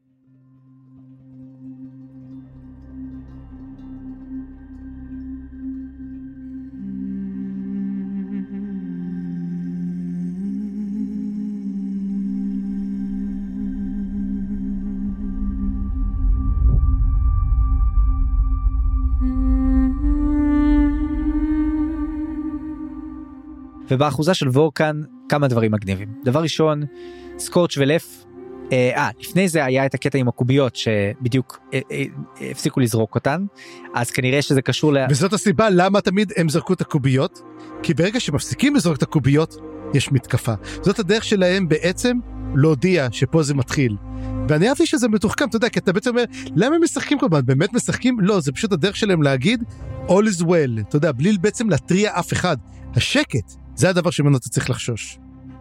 ובאחוזה של וורקן כמה דברים מגניבים. דבר ראשון, סקורץ' ולף, אה, לפני זה היה את הקטע עם הקוביות שבדיוק אה, אה, הפסיקו לזרוק אותן, אז כנראה שזה קשור ל... וזאת הסיבה למה תמיד הם זרקו את הקוביות, כי ברגע שמפסיקים לזרוק את הקוביות, יש מתקפה. זאת הדרך שלהם בעצם להודיע שפה זה מתחיל. ואני אהבתי שזה מתוחכם, אתה יודע, כי אתה בעצם אומר, למה הם משחקים כל הזמן? באמת משחקים? לא, זה פשוט הדרך שלהם להגיד, all is well, אתה יודע, בלי בעצם להטריע אף אחד. השקט, זה הדבר שמנו אתה צריך לחשוש.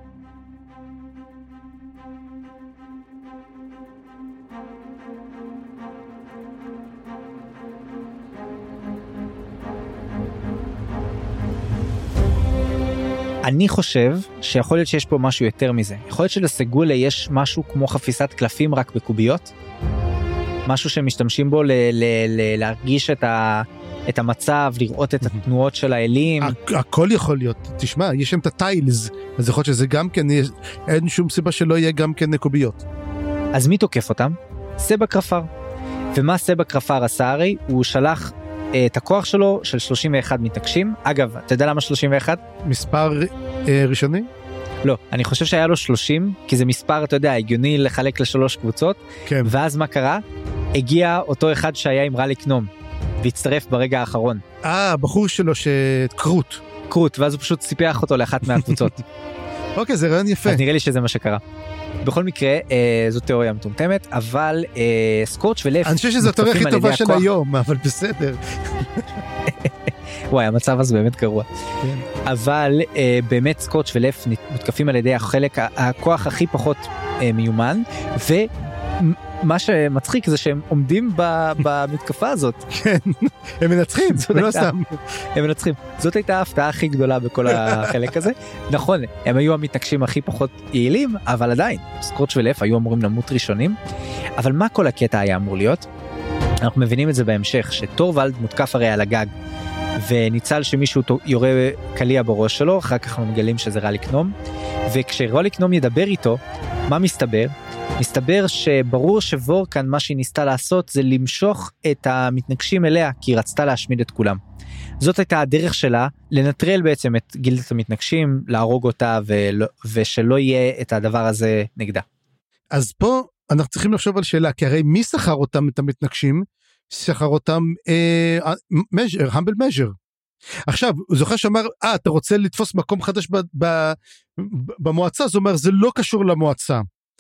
אני חושב שיכול להיות שיש פה משהו יותר מזה. יכול להיות שלסגולה יש משהו כמו חפיסת קלפים רק בקוביות? משהו שמשתמשים בו ל- ל- ל- להרגיש את, ה- את המצב, לראות את התנועות של האלים. הכל יכול להיות. תשמע, יש שם את הטיילס, אז יכול להיות שזה גם כן, אין שום סיבה שלא יהיה גם כן קוביות. אז מי תוקף אותם? סבא קרפר. ומה סבא קרפר עשה הרי? הוא שלח את הכוח שלו של שלושים ואחת מתנגשים. אגב, אתה יודע למה שלושים ואחת? מספר אה, ראשוני? לא, אני חושב שהיה לו שלושים, כי זה מספר, אתה יודע, הגיוני לחלק לשלוש קבוצות. כן. ואז מה קרה? הגיע אותו אחד שהיה עם רליק נום, והצטרף ברגע האחרון. אה, הבחור שלו שקרוט. קרוט, ואז הוא פשוט סיפח אותו לאחת מהקבוצות. אוקיי, זה רעיון יפה. אז נראה לי שזה מה שקרה. בכל מקרה, אה, זו תיאוריה מטומטמת, אבל אה, סקורץ' ולף... אני חושב שזו התיאוריה הכי טובה של היום, אבל בסדר. וואי, המצב הזה באמת גרוע. כן. אבל אה, באמת סקורץ' ולף מותקפים על ידי החלק, הכוח הכי פחות אה, מיומן, ומה שמצחיק זה שהם עומדים במתקפה הזאת. כן, הם מנצחים, לא סתם. הם מנצחים. זאת הייתה ההפתעה הכי גדולה בכל החלק הזה. נכון, הם היו המתנגשים הכי פחות יעילים, אבל עדיין, סקורץ' ולף היו אמורים למות ראשונים. אבל מה כל הקטע היה אמור להיות? אנחנו מבינים את זה בהמשך, שטורוולד מותקף הרי על הגג, וניצל שמישהו יורה קליע בראש שלו, אחר כך אנחנו מגלים שזה רליק נום, וכשרליק נום ידבר איתו, מה מסתבר? מסתבר שברור שוורקן מה שהיא ניסתה לעשות זה למשוך את המתנגשים אליה, כי היא רצתה להשמיד את כולם. זאת הייתה הדרך שלה לנטרל בעצם את גילדת המתנגשים, להרוג אותה ולא, ושלא יהיה את הדבר הזה נגדה. אז פה אנחנו צריכים לחשוב על שאלה, כי הרי מי שכר אותם את המתנגשים? שכר אותם אה, measure, humble measure. עכשיו, הוא זוכר שאמר, אה, אתה רוצה לתפוס מקום חדש ב, ב, במועצה? זאת אומרת, זה לא קשור למועצה.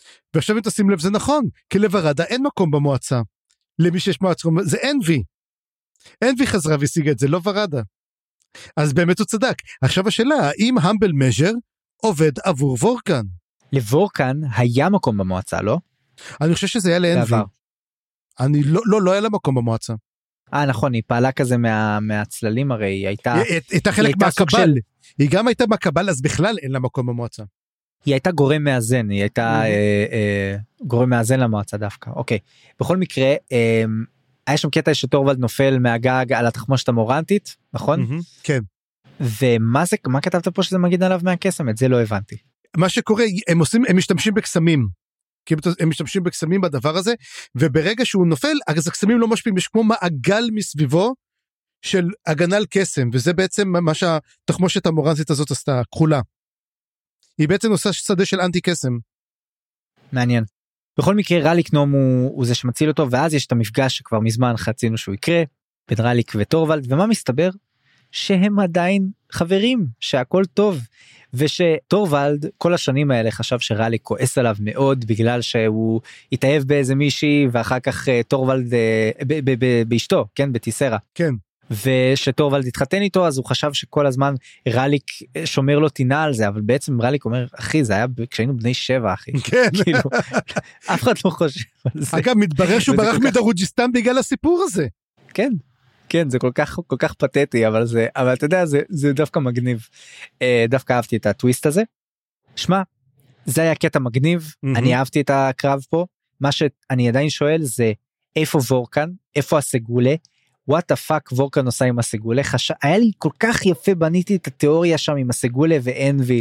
ועכשיו אם תשים לב זה נכון, כי לוורדה אין מקום במועצה, למי שיש מועצה, זה אנבי, אנבי חזרה והשיגה את זה, לא ורדה, אז באמת הוא צדק. עכשיו השאלה, האם המבל מז'ר עובד עבור וורקן? לוורקן היה מקום במועצה, לא? אני חושב שזה היה לאנבי. אני לא, לא, לא היה לה מקום במועצה. אה, נכון, היא פעלה כזה מה, מהצללים הרי, היא הייתה... היא הייתה חלק מהקבל, של... היא גם הייתה מהקבל, אז בכלל אין לה מקום במועצה. היא הייתה גורם מאזן, היא הייתה Mm-hmm. אה, אה, גורם מאזן למועצה דווקא, אוקיי. בכל מקרה, אה, היה שם קטע שטורוולד נופל מהגג על התחמושת המורנטית, נכון? Mm-hmm. כן. ומה זה, מה כתבת פה שזה מגיד עליו מהקסם? את זה לא הבנתי. מה שקורה, הם עושים, הם משתמשים בקסמים, כי הם משתמשים בקסמים בדבר הזה, וברגע שהוא נופל, אז הקסמים לא משפיעים, יש כמו מעגל מסביבו, של הגנה על קסם, וזה בעצם מה שהתחמושת המורנטית הזאת עשתה, כחולה. היא בעצם עושה שדה של אנטי קסם. מעניין. בכל מקרה, רליק נום הוא, הוא זה שמציל אותו, ואז יש את המפגש שכבר מזמן חצינו שהוא יקרה, בין רליק וטורוולד, ומה מסתבר? שהם עדיין חברים, שהכל טוב, ושטורוולד כל השנים האלה חשב שרליק כועס עליו מאוד, בגלל שהוא התאהב באיזה מישהי, ואחר כך טורוולד, באשתו, כן, בטיסרה. כן. ושטורוולד התחתן איתו, אז הוא חשב שכל הזמן רליק שומר לו טינה על זה, אבל בעצם רליק אומר, אחי, זה היה כשהיינו בני שבע, אחי. כן. כאילו, אף אחד לא חושב על זה. אגב, מתברר שהוא ברח מדרוג'יסטן בגלל הסיפור הזה. כן. כן, זה כל כך, כל כך פתטי, אבל זה, אבל אתה יודע, זה, זה דווקא מגניב. דווקא אהבתי את הטוויסט הזה. שמע, זה היה קטע מגניב, mm-hmm. אני אהבתי את הקרב פה. מה שאני עדיין שואל זה, איפה וורקן? איפה הסגולה? what the fuck וורקן עושה עם הסגולה? חש... היה לי כל כך יפה, בניתי את התיאוריה שם עם הסגולה ואנבי,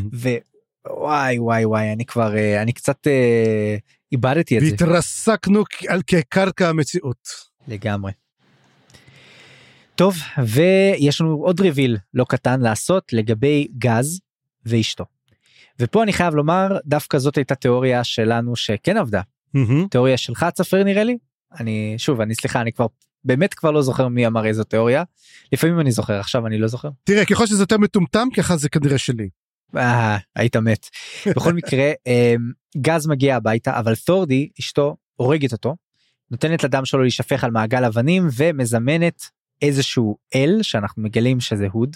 ווואי וואי וואי, אני כבר, אני קצת אה, איבדתי את זה. והתרסקנו על כקרקע המציאות. לגמרי. טוב, ויש לנו עוד ריביל לא קטן לעשות לגבי גז ואשתו. ופה אני חייב לומר, דווקא זאת הייתה תיאוריה שלנו שכן עבדה. Mm-hmm. תיאוריה שלך צפר נראה לי? אני, שוב, אני סליחה, אני כבר, באמת כבר לא זוכר מי אמר איזו תיאוריה. לפעמים אני זוכר, עכשיו אני לא זוכר. תראה, ככל שזה יותר מטומטם, ככה זה כנראה שלי. אה, היית מת. בכל מקרה, גז מגיע הביתה, אבל תורדי, אשתו, הורגת אותו, נותנת לדם שלו להישפך על מעגל אבנים, ומזמנת איזשהו אל, שאנחנו מגלים שזה הוד,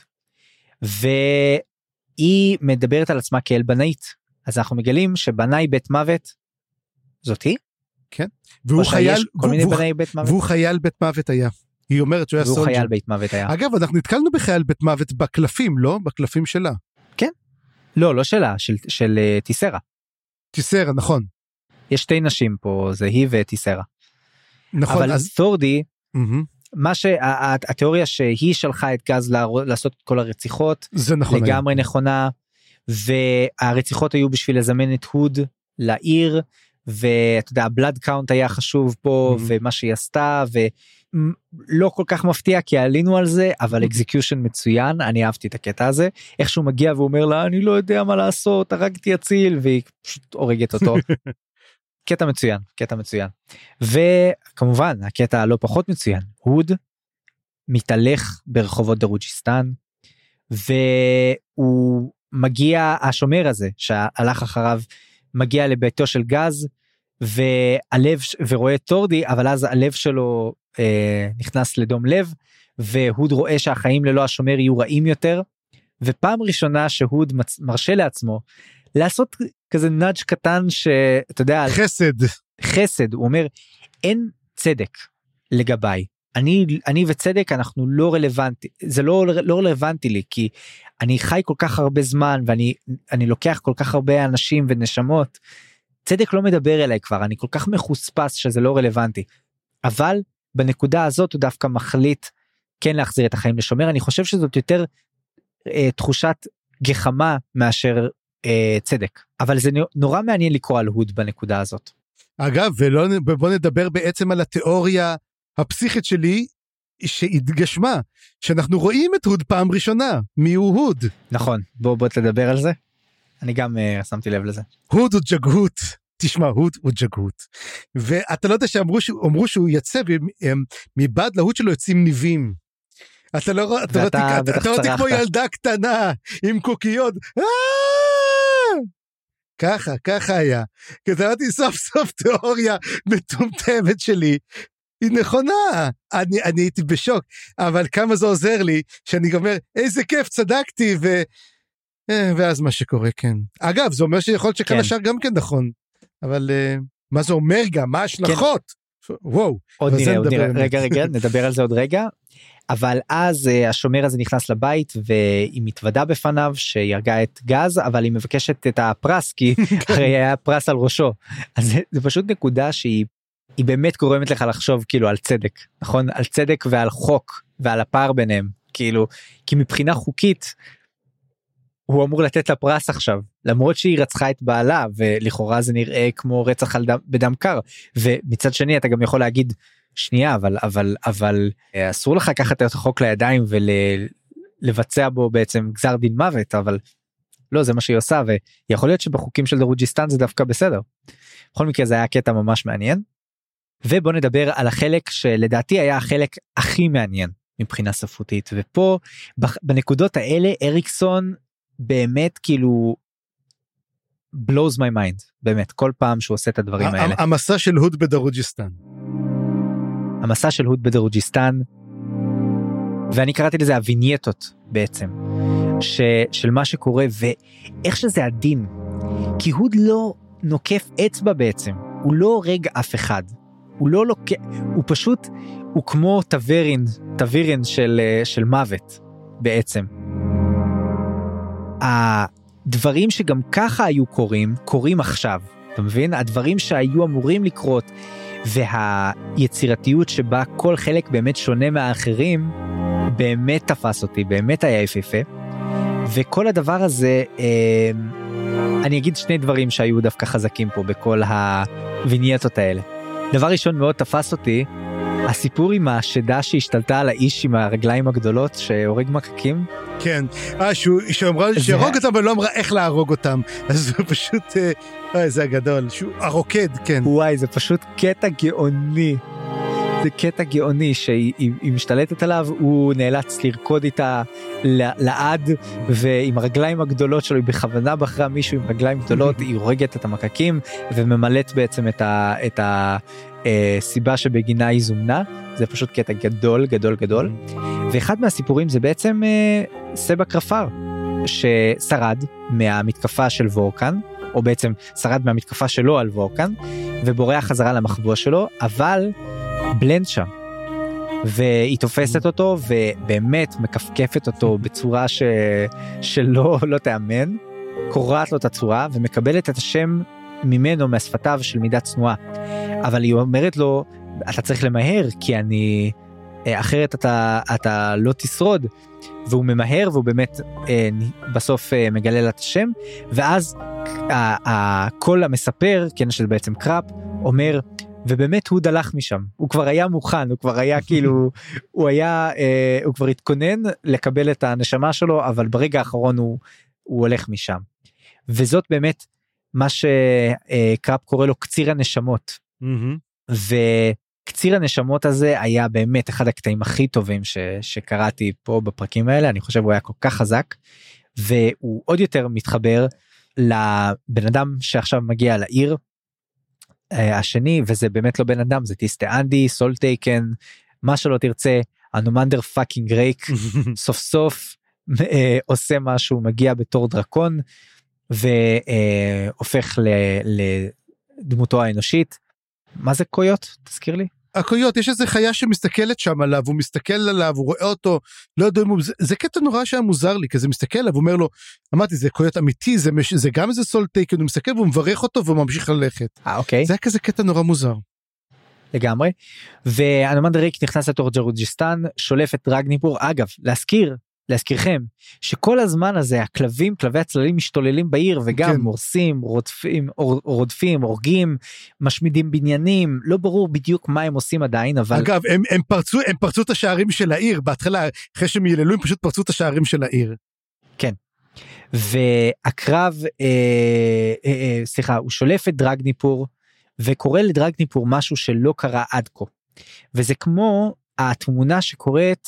והיא מדברת על עצמה כאל בנאית, אז אנחנו מגלים שבנאי בית מוות, זאת היא? כן, והוא חייל, כל מיני בנאי בית מוות? והוא חייל בית מוות היה, היא אומרת שהוא היה סולג'ר. והוא חייל בית מוות היה. אגב, אנחנו נתקלנו בחייל בית מוות בקלפים, לא? בקלפים שלה. כן, לא, לא שלה, של, של uh, טיסרה. טיסרה, נכון. יש שתי נשים פה, זה היא וטיסרה. נכון. אבל אז... תורדי, mm-hmm. מה שהתיאוריה שהיא שלחה את גז לעשות את כל הרציחות, זה נכון לגמרי היה. נכונה, והרציחות היו בשביל לזמן את הוד לעיר, ואתה יודע, הבלד קאונט היה חשוב פה, mm-hmm. ומה שהיא עשתה, ולא כל כך מפתיע, כי עלינו על זה, אבל אקזיקיושן מצוין, אני אהבתי את הקטע הזה, איך שהוא מגיע ואומר לה, אני לא יודע מה לעשות, הרגתי אציל, והיא פשוט הורגת אותו. קטע מצוין, קטע מצוין. וכמובן, הקטע הלא פחות מצוין, הוד מתהלך ברחובות דרוג'יסטן, והוא מגיע, השומר הזה, שהלך אחריו, מגיע לביתו של גז, והלב, ורואה טורדי, אבל אז הלב שלו אה, נכנס לדום לב, והוד רואה שהחיים ללא השומר יהיו רעים יותר, ופעם ראשונה שהוד מרשה לעצמו, לעשות כזה נאג' קטן שאתה יודע, חסד, חסד, הוא אומר, אין צדק לגביי, אני, אני וצדק אנחנו לא רלוונטי, זה לא, לא רלוונטי לי, כי אני חי כל כך הרבה זמן, ואני אני לוקח כל כך הרבה אנשים ונשמות, צדק לא מדבר אליי כבר, אני כל כך מחוספס שזה לא רלוונטי, אבל בנקודה הזאת הוא דווקא מחליט כן להחזיר את החיים לשומר, אני חושב שזאת יותר אה, תחושת גחמה מאשר אה, צדק, אבל זה נורא מעניין לקרוא על הוד בנקודה הזאת. אגב, ולא, בוא נדבר בעצם על התיאוריה הפסיכית שלי, שהתגשמה, שאנחנו רואים את הוד פעם ראשונה, מי הוא הוד? נכון, בוא בוא תדבר על זה, אני גם uh, שמתי לב לזה. הוד הוא ג'גהות, תשמע, הוד הוא ג'גהות, ואתה לא יודע שאמרו שהוא, שהוא יצא, מבעד להוד שלו יוצאים ניבים, אתה לא רואה, אתה רואה כמו ילדה קטנה, עם קוקיות, ככה, ככה היה. כתבתי סוף סוף תיאוריה מטומטמת שלי, היא נכונה, אני, אני הייתי בשוק, אבל כמה זה עוזר לי, שאני אומר, איזה כיף, צדקתי, ו... ואז מה שקורה, כן. אגב, זה אומר שיכול להיות שכל כן. השאר גם כן נכון, אבל מה זה אומר גם, מה ההשלכות? כן. וואו. עוד נראה, עוד נראה, רגע, רגע, נדבר על זה עוד רגע, אבל אז השומר הזה נכנס לבית, והיא מתוודה בפניו שהיא הרגה את גז, אבל היא מבקשת את הפרס, כי הרי היה פרס על ראשו, אז זה, זה פשוט נקודה שהיא, היא באמת גורמת לך לחשוב כאילו על צדק, נכון? על צדק ועל חוק, ועל הפער ביניהם, כאילו, כי מבחינה חוקית, הוא אמור לתת לה פרס עכשיו, למרות שהיא רצחה את בעלה, ולכאורה זה נראה כמו רצח על דם, בדם קר, ומצד שני אתה גם יכול להגיד, שנייה, אבל, אבל, אבל, אסור לך לקחת את החוק לידיים, ולבצע בו בעצם גזר דין מוות, אבל לא, זה מה שהיא עושה, ויכול להיות שבחוקים של דרוג'יסטן זה דווקא בסדר. בכל מקרה זה היה קטע ממש מעניין, ובוא נדבר על החלק שלדעתי היה החלק הכי מעניין, מבחינה ספרותית, ופה, בנקודות האלה, אריקסון, באמת כאילו blows my mind, באמת, כל פעם שהוא עושה את הדברים האלה. המסע של הוד בדרוג'יסטן. המסע של הוד בדרוג'יסטן, ואני קראתי לזה הווינייטות בעצם, ש, של מה שקורה, ואיך שזה הדין, כי הוד לא נוקף אצבע בעצם, הוא לא הורג אף אחד, הוא לא לוקח, הוא פשוט, הוא כמו טברין, טבירין של, של מוות בעצם. הדברים שגם ככה היו קורים, קורים עכשיו, אתה מבין? הדברים שהיו אמורים לקרות, והיצירתיות שבה כל חלק באמת שונה מהאחרים, באמת תפס אותי, באמת היה יפה, וכל הדבר הזה, אה, אני אגיד שני דברים שהיו דווקא חזקים פה, בכל הווינייטות האלה. דבר ראשון מאוד תפס אותי, הסיפור עם השדה שהשתלטה על האיש עם הרגליים הגדולות שהורג מקקים. כן, אה, שהוא אמרה שירוג אותם, אבל לא אמרה איך להרוג אותם, אז זה פשוט, אה, זה הגדול, שהוא הרוקד, כן. וואי, זה פשוט קטע גאוני, זה קטע גאוני שהיא משתלטת עליו, הוא נאלץ לרקוד איתה לעד, ועם הרגליים הגדולות שלו, היא בכוונה בחרה מישהו עם רגליים גדולות, היא הורגת את המקקים, וממלאת בעצם את ה... את ה סיבה שבגינה היא זומנה, זה פשוט קטע גדול גדול גדול, ואחד מהסיפורים זה בעצם סבא קרפר, ששרד מהמתקפה של וורקן, או בעצם שרד מהמתקפה שלו על וורקן, ובורח חזרה למחבוא שלו, אבל בלנד שם, והיא תופסת אותו, ובאמת מקפקפת אותו בצורה ש... שלא לא תאמן, קוראת לו את הצורה, ומקבלת את השם ממנו, מהשפתיו של מידה צנועה, אבל היא אומרת לו, אתה צריך למהר, כי אני, אחרת אתה, אתה לא תשרוד, והוא ממהר, והוא באמת בסוף מגלה לה את השם, ואז כל המספר, כן, שזה בעצם קראפ, אומר, ובאמת הוא דלך משם, הוא כבר היה מוכן, הוא כבר היה כאילו, הוא היה, הוא כבר התכונן לקבל את הנשמה שלו, אבל ברגע האחרון הוא, הוא הולך משם, וזאת באמת, מה שקראפ קורא לו קציר הנשמות, וקציר הנשמות הזה היה באמת אחד הקטעים הכי טובים ש, שקראתי פה בפרקים האלה, אני חושב הוא היה כל כך חזק, והוא עוד יותר מתחבר לבן אדם שעכשיו מגיע לעיר השני, וזה באמת לא בן אדם, זה טיסטה אנדי, סול טייקן, מה שלא תרצה, הנומנדר פאקינג רייק, סוף סוף עושה משהו, מגיע בתור דרקון, והופך לדמותו האנושית. מה זה קויות? תזכיר לי. הקויות, יש איזה חיה שמסתכלת שם עליו, הוא מסתכל עליו, הוא רואה אותו, לא יודע אם הוא, זה, זה קטע נורא שהיה מוזר לי, כי זה מסתכל עליו, הוא אומר לו, אמרתי, זה קויות אמיתי, זה, זה גם איזה סול טייקן, הוא מסתכל והוא מברך אותו והוא ממשיך ללכת. אה, אוקיי. זה היה כזה קטע נורא מוזר. לגמרי, והנומנדר ריק נכנס לתוך דרוג'יסטן, שולף את רגניפור, אגב, להזכיר, להזכירכם, שכל הזמן הזה, הכלבים, כלבי הצללים משתוללים בעיר, וגם כן. מורסים, רודפים, רודפים, הורגים, משמידים בניינים, לא ברור בדיוק מה הם עושים עדיין, אבל... אגב, הם, הם, פרצו, הם פרצו את השערים של העיר, בהתחלה, אחרי שהם יללו, הם פשוט פרצו את השערים של העיר. כן, והקרב, אה, אה, אה, סליחה, הוא שולף את דרגניפור, וקורא לדרגניפור משהו שלא קרה עד כה, וזה כמו התמונה שקורית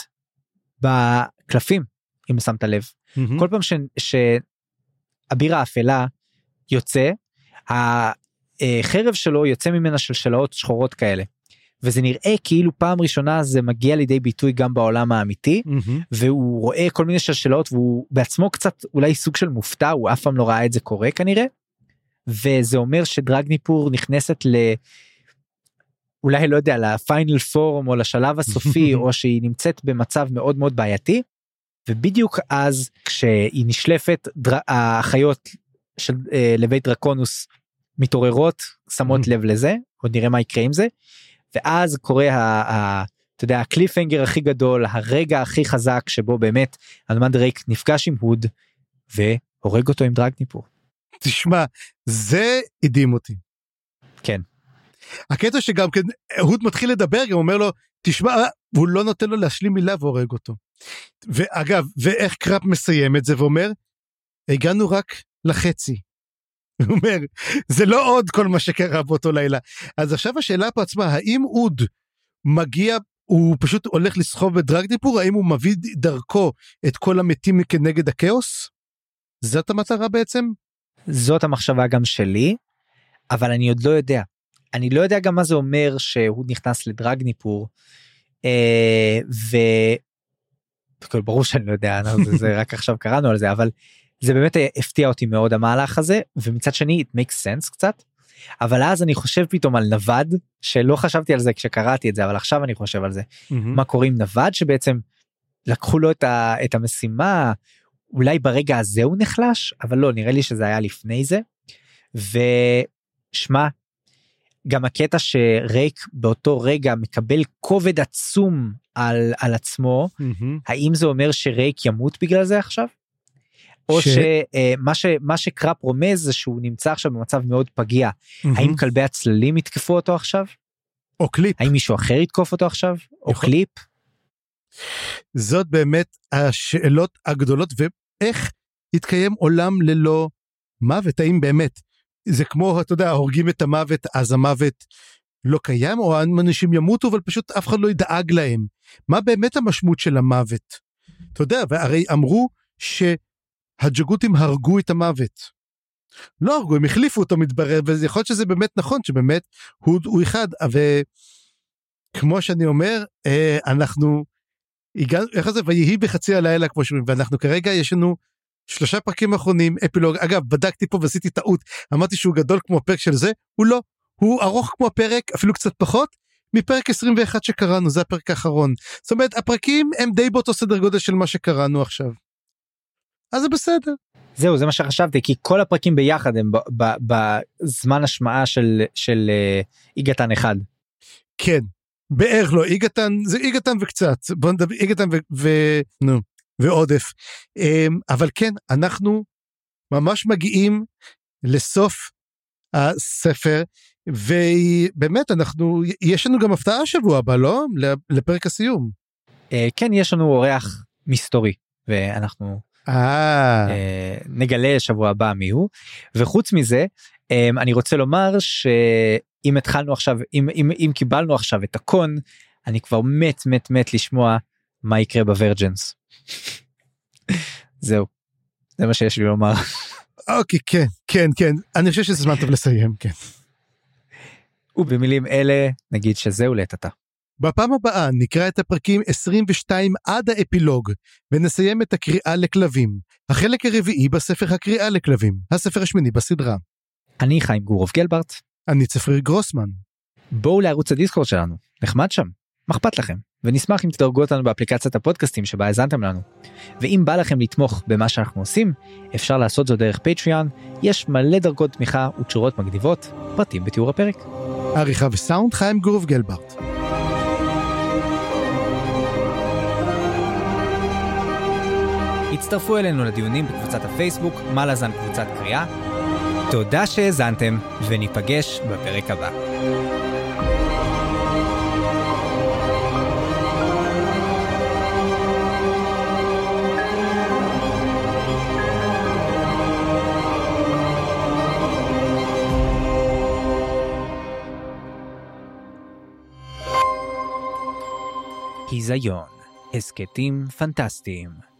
בקלפים, אם שמת לב. Mm-hmm. כל פעם ש... שהבירה האפלה יוצא, החרב שלו יוצא ממנה שלשלאות שחורות כאלה, וזה נראה כאילו פעם ראשונה זה מגיע לידי ביטוי גם בעולם האמיתי, mm-hmm. והוא רואה כל מיני שלשלאות, והוא בעצמו קצת אולי סוג של מופתע, הוא אף פעם לא ראה את זה קורה כנראה, וזה אומר שדרגניפור נכנסת ל... אולי לא יודע, לפיינל פורם או לשלב הסופי, או שהיא נמצאת במצב מאוד מאוד בעייתי, ובדיוק אז כשהיא נשלפת, דר... החיות של אה, לבית דרקונוס מתעוררות, שמות לב לזה, עוד נראה מה יקרה עם זה, ואז קורה, ה, ה, אתה יודע, הקליפהנגר הכי גדול, הרגע הכי חזק, שבו באמת אלמן דרייק נפגש עם הוד, והורג אותו עם דרגניפור. תשמע, זה הדהים אותי. כן. הקטע שגם כן, הוד מתחיל לדבר, גם אומר לו, תשמע, והוא לא נותן לו להשלים מילה והורג אותו. ואגב, ואיך קראפ מסיים את זה ואומר, הגענו רק לחצי. הוא אומר, זה לא עוד כל מה שקרה באותו לילה. אז עכשיו השאלה פה עצמה, האם הוד מגיע, הוא פשוט הולך לסחוב בדרגניפור, האם הוא מביא דרכו את כל המתים כנגד הכאוס? זאת המטרה בעצם? זאת המחשבה גם שלי, אבל אני עוד לא יודע. אני לא יודע גם מה זה אומר שהוא נכנס לדרגניפור, אה, ו... ברור שאני לא יודע, זה, זה רק עכשיו קראנו על זה, אבל זה באמת הפתיע אותי מאוד המהלך הזה, ומצד שני it makes sense קצת, אבל אז אני חושב פתאום על נווד, שלא חשבתי על זה כשקראתי את זה, אבל עכשיו אני חושב על זה, mm-hmm. מה קורה עם נווד, שבעצם לקחו לו את, ה, את המשימה, אולי ברגע הזה הוא נחלש, אבל לא, נראה לי שזה היה לפני זה, ושמע, גם הקטע שרייק באותו רגע מקבל כובד עצום על, על עצמו, mm-hmm. האם זה אומר שרייק ימות בגלל זה עכשיו? או ש... שמה ש... מה שקראפ רומז זה שהוא נמצא עכשיו במצב מאוד פגיע, mm-hmm. האם כלבי הצללים יתקפו אותו עכשיו? או קליפ. האם מישהו אחר יתקוף אותו עכשיו? או יכול... קליפ? זאת באמת השאלות הגדולות, ואיך יתקיים עולם ללא מוות, האם באמת, זה כמו, אתה יודע, הורגים את המוות, אז המוות לא קיים, או אנשים ימותו, אבל פשוט אף אחד לא ידאג להם. מה באמת המשמעות של המוות? אתה יודע, והרי אמרו שהג'גותים הרגו את המוות. לא הרגו, הם החליפו אותו מתברר, ויכול להיות שזה באמת נכון, שבאמת הוא, הוא אחד, וכמו שאני אומר, אנחנו הגענו, איך זה, ויהי בחצי הלילה, כמו שאומרים, ואנחנו כרגע יש לנו שלושה פרקים אחרונים, אפילוג, אגב, בדקתי פה ועשיתי טעות, אמרתי שהוא גדול כמו הפרק של זה, הוא לא, הוא ארוך כמו הפרק, אפילו קצת פחות, מפרק עשרים ואחת שקראנו, זה הפרק האחרון. זאת אומרת, הפרקים הם די באותו סדר גודל של מה שקראנו עכשיו. אז זה בסדר. זהו, זה מה שחשבתי, כי כל הפרקים ביחד הם בזמן השמעה של, של איגתן אחד. כן, בערך לא, איגתן, זה איגתן וקצת, בוא נדבר, איגתן ו... ו... נו. ועודף, אבל כן, אנחנו ממש מגיעים לסוף הספר, ובאמת אנחנו, יש לנו גם הפתעה שבוע הבא, לא? לפרק הסיום. כן, יש לנו אורח מסתורי, ואנחנו נגלה שבוע הבא מי הוא, וחוץ מזה, אני רוצה לומר שאם התחלנו עכשיו, אם, אם, אם קיבלנו עכשיו את הקון, אני כבר מת מת מת לשמוע מה יקרה בוורג'נס. זהו, זה מה שיש לי לומר. אוקיי, כן, כן, כן, אני חושב שזה זמן טוב לסיים, כן. ובמילים אלה נגיד שזהו לטאטה. בפעם הבאה נקרא את הפרקים עשרים ושתיים עד האפילוג, ונסיים את הקריאה לכלבים, החלק הרביעי בספר הקריאה לכלבים, הספר השמיני בסדרה. אני חיים גורוב גלברט. אני צפריר גרוסמן. בואו לערוץ הדיסקורד שלנו, נחמד שם, מה אכפת לכם? ונשמח אם תדרגו אותנו באפליקציית הפודקאסטים שבה האזנתם לנו. ואם בא לכם לתמוך במה שאנחנו עושים, אפשר לעשות זאת דרך פטריון, יש מלא דרגות תמיכה ותשורות מגניבות, פרטים בתיאור הפרק. עריכה וסאונד חיים גורוב גלברט. הצטרפו אלינו לדיונים בקבוצת הפייסבוק, מה לזן קבוצת קריאה. תודה שהאזנתם, וניפגש בפרק הבא. היזיון, הסקטים פנטסטיים.